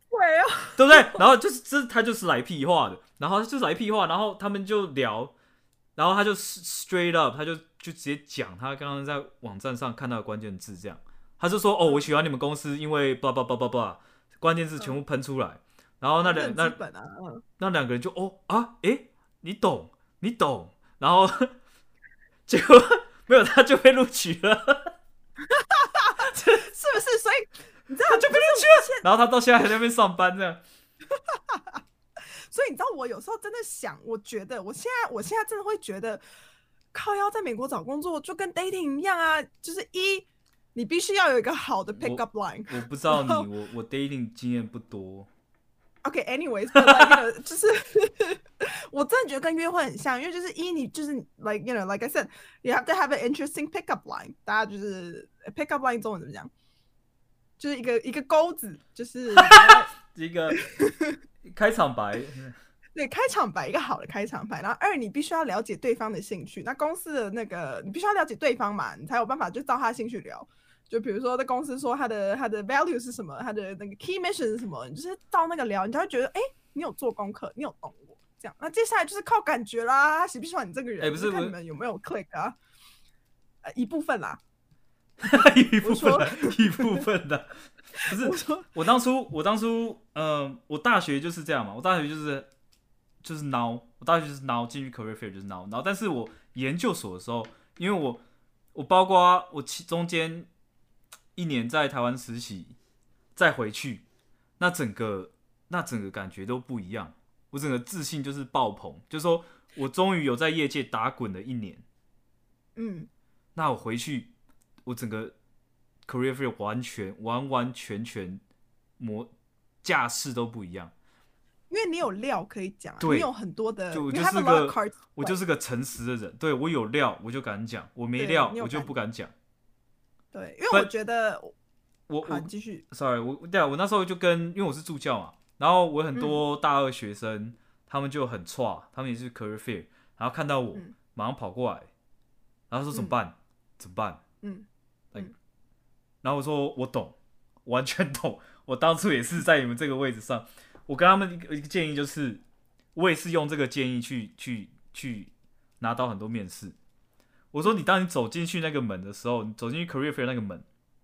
对啊， 对不对？然后就是这他就是来屁话的，然后就是来屁话，然后他们就聊，然后他就 straight up， 他就就直接讲他刚刚在网站上看到的关键字，这样他就说哦，我喜欢你们公司，因为 blah blah blah blah blah， 关键字全部喷出来，嗯、然后那两那、 啊嗯、 那两个人就哦啊诶，你懂你懂，然后结果没有他就被录取了。 是不是？所以你知道他就被录取了，然后他到现在还在那边上班这样。 所以你知道我有时候真的想，我觉得我现在我现在真的会觉得，靠腰在美国找工作就跟 dating 一样啊，就是一你必须要有一个好的 pick up line 我。我不知道你，我我 dating 经验不多。 OK，anyways，but、okay, like, you know, 就是我真的觉得跟约会很像，因为就是一你就是 like you know like I said，you have to have an interesting pickup line。大家就是 pickup line 中文怎么讲？就是一个一个钩子，就是一个开场白。 对，开场白一个好的开场白。然后二，你必须要了解对方的兴趣。那公司的那个你必须要了解对方嘛，你才有办法就照他的兴趣聊。就比如说在公司说他的他的 value 是什么，他的那个 key mission 是什么，你就是照那个聊，你就会觉得哎、欸，你有做功课，你有懂我这样。那接下来就是靠感觉啦，他喜不喜欢你这个人， 哎、欸，不是看你们有没有 click 啊？呃，一部分啦， 一部分啦，一部分的。不是， 我, 我当初我当初嗯、呃，我大学就是这样嘛，我大学就是就是孬，我大学就是孬，进去 career fair 就是孬，然后但是我研究所的时候，因为我我包括我中间一年在台湾实习，再回去，那整个那整个感觉都不一样，我整个自信就是爆棚，就是说我终于有在业界打滚了一年， 嗯， 那我回去，我整个 career fair 完全完完全全模架势都不一样。 因为你有料可以讲、啊， 对， 你有很多的， 就我就是个我就是个诚实的人，对我有料我就敢讲，我没料我就不敢讲。 对，因为我觉得我我继续 ，sorry， 我对啊，我那时候就跟因为我是助教嘛，然后我很多大二学生，嗯、他们就很挫，他们也是 career fair， 然后看到我、嗯、马上跑过来，然后说怎么办？嗯、怎么办？嗯，嗯然后我说我懂，完全懂，我当初也是在你们这个位置上。我跟他们一个建议就是，我也是用这个建议去去去拿到很多面试。我说你当你走进去那个门的时候，你走进去 career fair 那个门，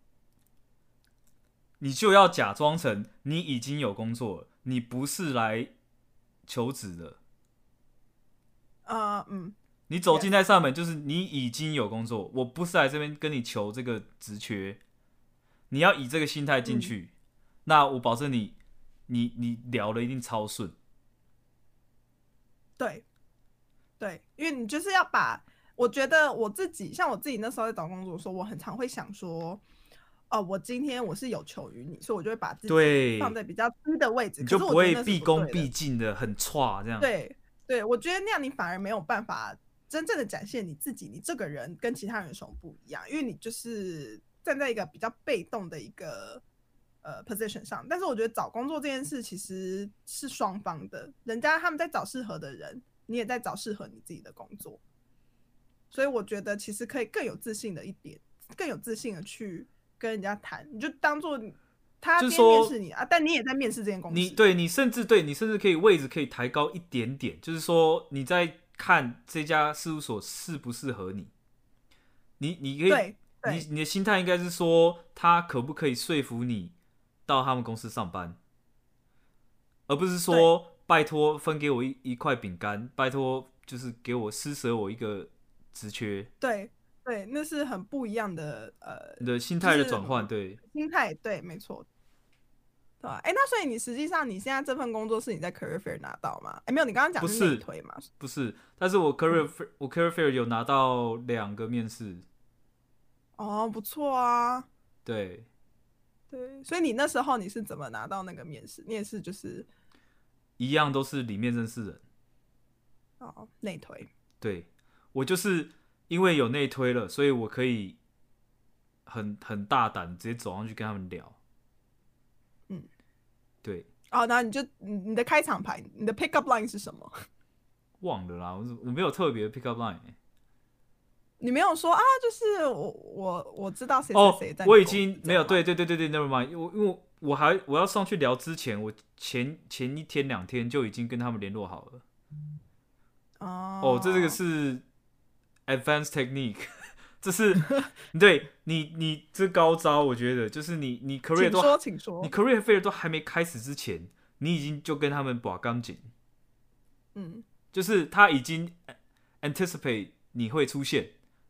你就要假装成你已经有工作了，你不是来求职的。 啊、uh, 嗯， 你走进那扇门就是你已经有工作，我不是来这边跟你求这个职缺，你要以这个心态进去、嗯，那我保证你。你你聊的一定超顺， 对，对，因为你就是要把，我觉得我自己像我自己那时候在找工作的时候，我很常会想说，哦，我今天我是有求于你，所以我就会把自己放在比较低的位置， 你就不会毕恭毕敬的很差这样。 对，对，我觉得那样你反而没有办法真正的展现你自己，你这个人跟其他人有什么不一样，因为你就是站在一个比较被动的一个。呃 position 上，但是我觉得找工作这件事其实是双方的，人家他们在找适合的人，你也在找适合你自己的工作，所以我觉得其实可以更有自信的一点，更有自信的去跟人家谈，你就当做他今天面试你、就是、啊，但你也在面试这间公司， 你对你甚至对你甚至可以位置可以抬高一点点，就是说你在看这家事务所适不适合你，你你可以对对你你的心态应该是说他可不可以说服你。到他们公司上班，而不是说拜托分给我 一, 一块饼干，拜托就是给我施舍我一个职缺。 对对，那是很不一样的呃， 你的心态的转换、就是，对， 心态对，没错，对吧？哎，那所以你实际上你现在这份工作是你在 career fair 拿到吗？哎，没有，你刚刚讲是内推嘛？ 不是，但是我 career、嗯、我 career fair 有拿到两个面试。 哦，不错啊。 对。 对，所以你那时候你是怎么拿到那个面试？你也是就是一样都是里面认识人。 哦，内推。 对，我就是因为有内推了，所以我可以很很大胆直接走上去跟他们聊。 嗯， 对。 哦，那你就你的开场白，你的 pick up line 是什么？ 忘了啦，我我没有特别的 pick up line、欸。 你没有说啊，就是我我我知道谁谁哦， 谁在我已你公司经没有， 这样吗？ 对对对对对，never mind，我因为我还我要上去聊之前，我前前一天两天就已经跟他们联络好了。哦，这这个哦， 是 advanced technique，这是对你你这高招，我觉得就是你你 career 都请说，请你说。 career fair 都还没开始之前，你已经就跟他们把钢紧， 嗯， 就是他已经 anticipate 你会出现，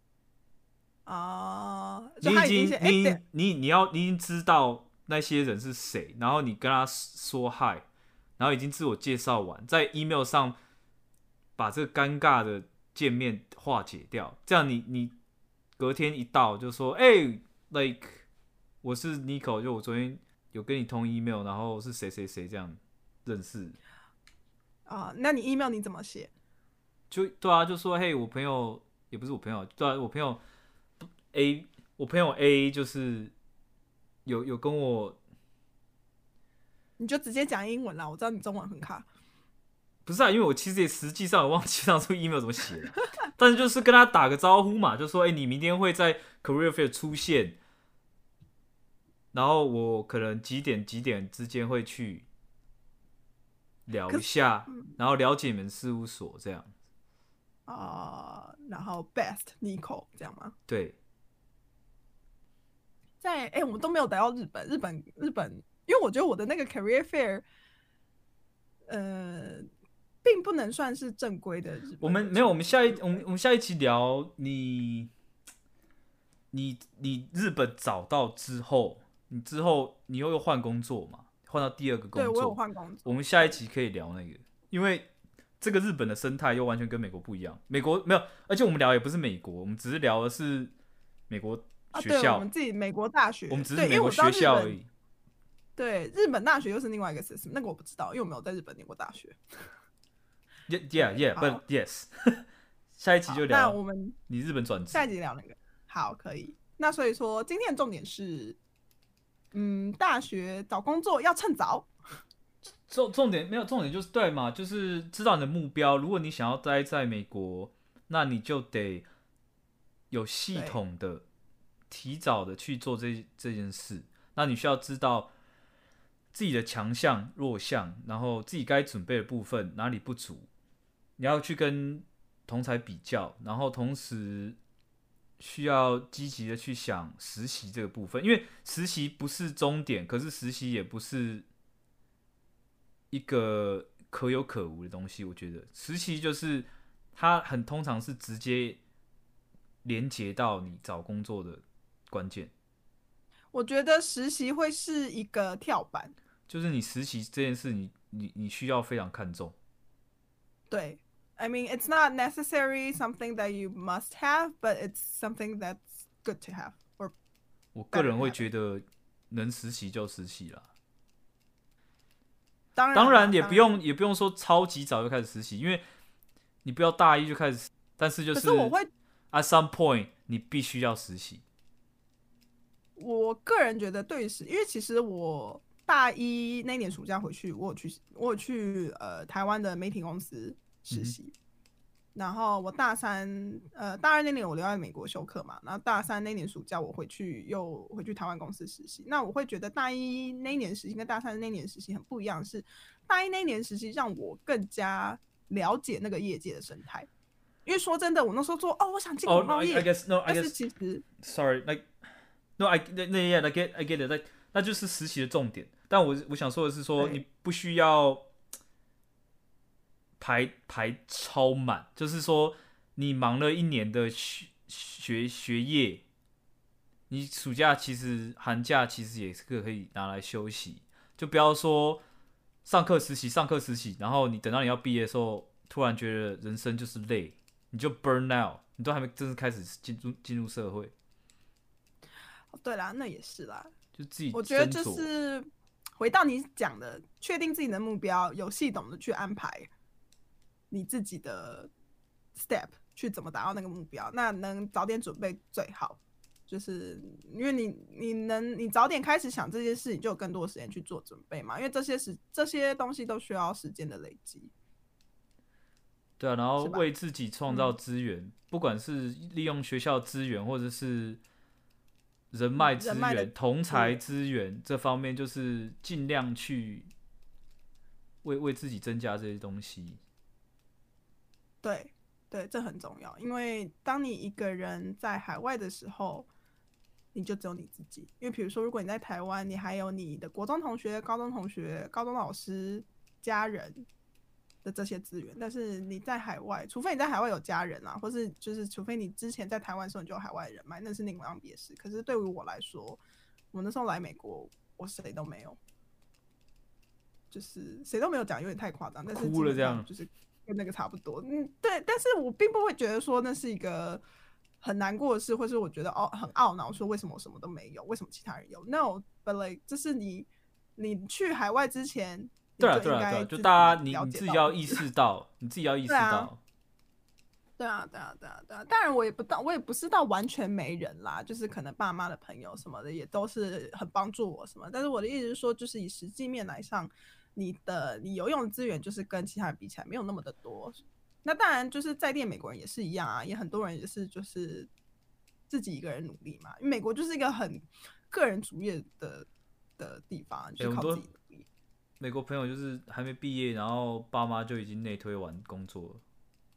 啊，就你已他已经先哎， 经对， 你你你要你已经知道那些人是谁，然后你跟他说 hi，然后已经自我介绍完，在 email 上把这个尴尬的见面化解掉，这样你你隔天一到就说，哎、欸、，like 我是 Nico，就我昨天有跟你通 email，然后是谁谁谁这样认识， 啊，那你 email 你怎么写？ 就对啊，就说嘿，我朋友也不是我朋友，对啊，我朋友 A，我朋友 A 就是有有跟我， 你就直接讲英文啦，我知道你中文很卡。 不是啊，因为我其实也实际上也忘记当初 email 怎么写了，但是就是跟他打个招呼嘛，就说哎、欸，你明天会在 Career Fair 出现，然后我可能几点几点之间会去聊可是， 一下， 嗯然后了解你们事务所这样， 啊、然后 best Nico 这样吗？ 对。 在哎，我们都没有来到日本，日本日本，因为我觉得我的那个 career fair，呃，并不能算是正规的日本的我们没有，我们下一我们出我们下一期聊你你你日本找到之后，你之后你又又换工作嘛，换到第二个对我有工作， 换工作， 我们下一对期可以聊那个，因为这个日本的生态又完全跟美国不一样，美国没有，而且我们聊也不是美国，我们只是聊的是美国啊，对我们学校， 自己美国大学， 我们只是对，因为我知道美国学日本， 校而已。 对日本大学又是另外一个 system，那个我不知道，因为我没有在日本念过大学。 Yeah, yeah, 对， yeah, but 好 yes 下一期好， 就聊那我们你日本转职。 下一集聊那个，好，可以。那所以说今天的重点是，嗯，大学找工作要趁早。 重重点没有重点就是对嘛，就是知道你的目标。如果你想要待在美国，那你就得有系对， 统的、提早的去做这这件事。那你需要知道自己的强项、弱项，然后自己该准备的部分哪里不足，你要去跟同才比较，然后同时需要积极的去想实习这个部分，因为实习不是终点，可是实习也不是一个可有可无的东西。我觉得实习就是它很通常是直接连接到你找工作的关键， 我觉得实习会是一个跳板。 就是你实习这件事你，你你需要非常看重。 对，I mean it's not necessary something that you must have, but it's something that's good to have or 我个 better 人 to 会 have 觉 it。 得能实习就实习啦。 当然啦， 当然也当然。 不用也不用说超级早就开始实习，因为你不要大一就开始，但是就可是我会， at some point 你必须要实习。 我个人觉得对于实，因为其实我大一那年暑假回去，我有去，我有去呃台湾的媒体公司实习。 嗯、 然后我大三，呃，大二那年我留在美国修课嘛，然后大三那年暑假我回去又回去台湾公司实习。那我会觉得大一那一年实习跟大三那年实习很不一样，是大一那年实习让我更加了解那个业界的生态。因为说真的，我那时候说哦，我想进广告业， oh, no, I, I guess no, I 但是 guess 其实 sorry, like no, I 那那 yeah, I get, I get it, like 那就是实习的重点。但我我想说的是说，你不需要排排超满，就是说你忙了一年的学学学业，你暑假其实寒假其实也是可以拿来休息，就不要说上课实习上课实习，然后你等到你要毕业的时候，突然觉得人生就是累，你就 burn out， 你都还没正式开始进入进入社会。 对啦，那也是啦。 就自己我觉得就是回到你讲的，确定自己的目标，有系统的去安排你自己的 step 去怎么达到那个目标，那能早点准备最好。就是因为你你能你早点开始想这件事，你就有更多的时间去做准备嘛。因为这些时这些东西都需要时间的累积。 对啊，然后是吧为自己创造资源，不管是利用学校资源，或者是人脉资人脉的源、同资才源资源这方面，就是尽量去为为自己增加这些东西。 对对，这很重要，因为当你一个人在海外的时候，你就只有你自己。因为比如说，如果你在台湾，你还有你的国中同学、高中同学、高中老师、家人的这些资源，但是你在海外，除非你在海外有家人啊，或是就是除非你之前在台湾的时候你就有海外人脉，那是另当别事。可是对于我来说，我那时候来美国，我谁都没有，就是谁都没有讲，有点太夸张，但是哭了这样就是跟那个差不多。嗯，对，但是我并不会觉得说那是一个很难过的事，或是我觉得哦很懊恼，说为什么我什么都没有，为什么其他人有 ？No，but like 这是你你去海外之前。 对啊，对啊，对啊，就大家你你自己要意识到，你自己要意识到。 对啊，对啊，对啊，对啊。当然，我也不到，我也不是到完全没人啦，就是可能爸妈的朋友什么的也都是很帮助我什么。但是我的意思是说，就是以实际面来上，你的你有用的资源就是跟其他人比起来没有那么的多。那当然，就是在地美国人也是一样啊，也很多人也是就是自己一个人努力嘛。因为美国就是一个很个人主义的的地方，就是靠自己努力。 美国朋友就是还没毕业，然后爸妈就已经内推完工作了。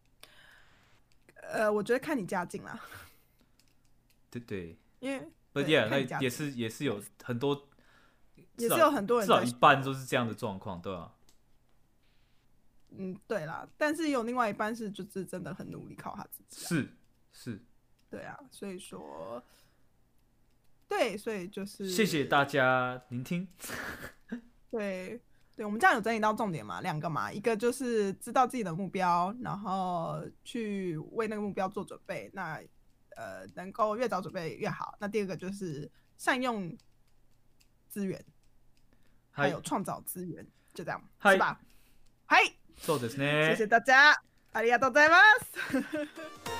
呃，我觉得看你家境啦。 对对， 因为不对，那也是也是有很多， 也是有很多人至少一半都是这样的状况，对吧、啊？ 嗯，对啦，但是有另外一半是就是真的很努力靠他自己、 啊。是是， 对啊，所以说，对，所以就是谢谢大家聆听。 对。对，我们这样有整理到重点嘛？两个嘛，一个就是知道自己的目标，然后去为那个目标做准备，那呃能够越早准备越好。那第二个就是善用资源，还有创造资源，就这样，是吧？嗨， そうですね。 谢谢大家，ありがとうございます。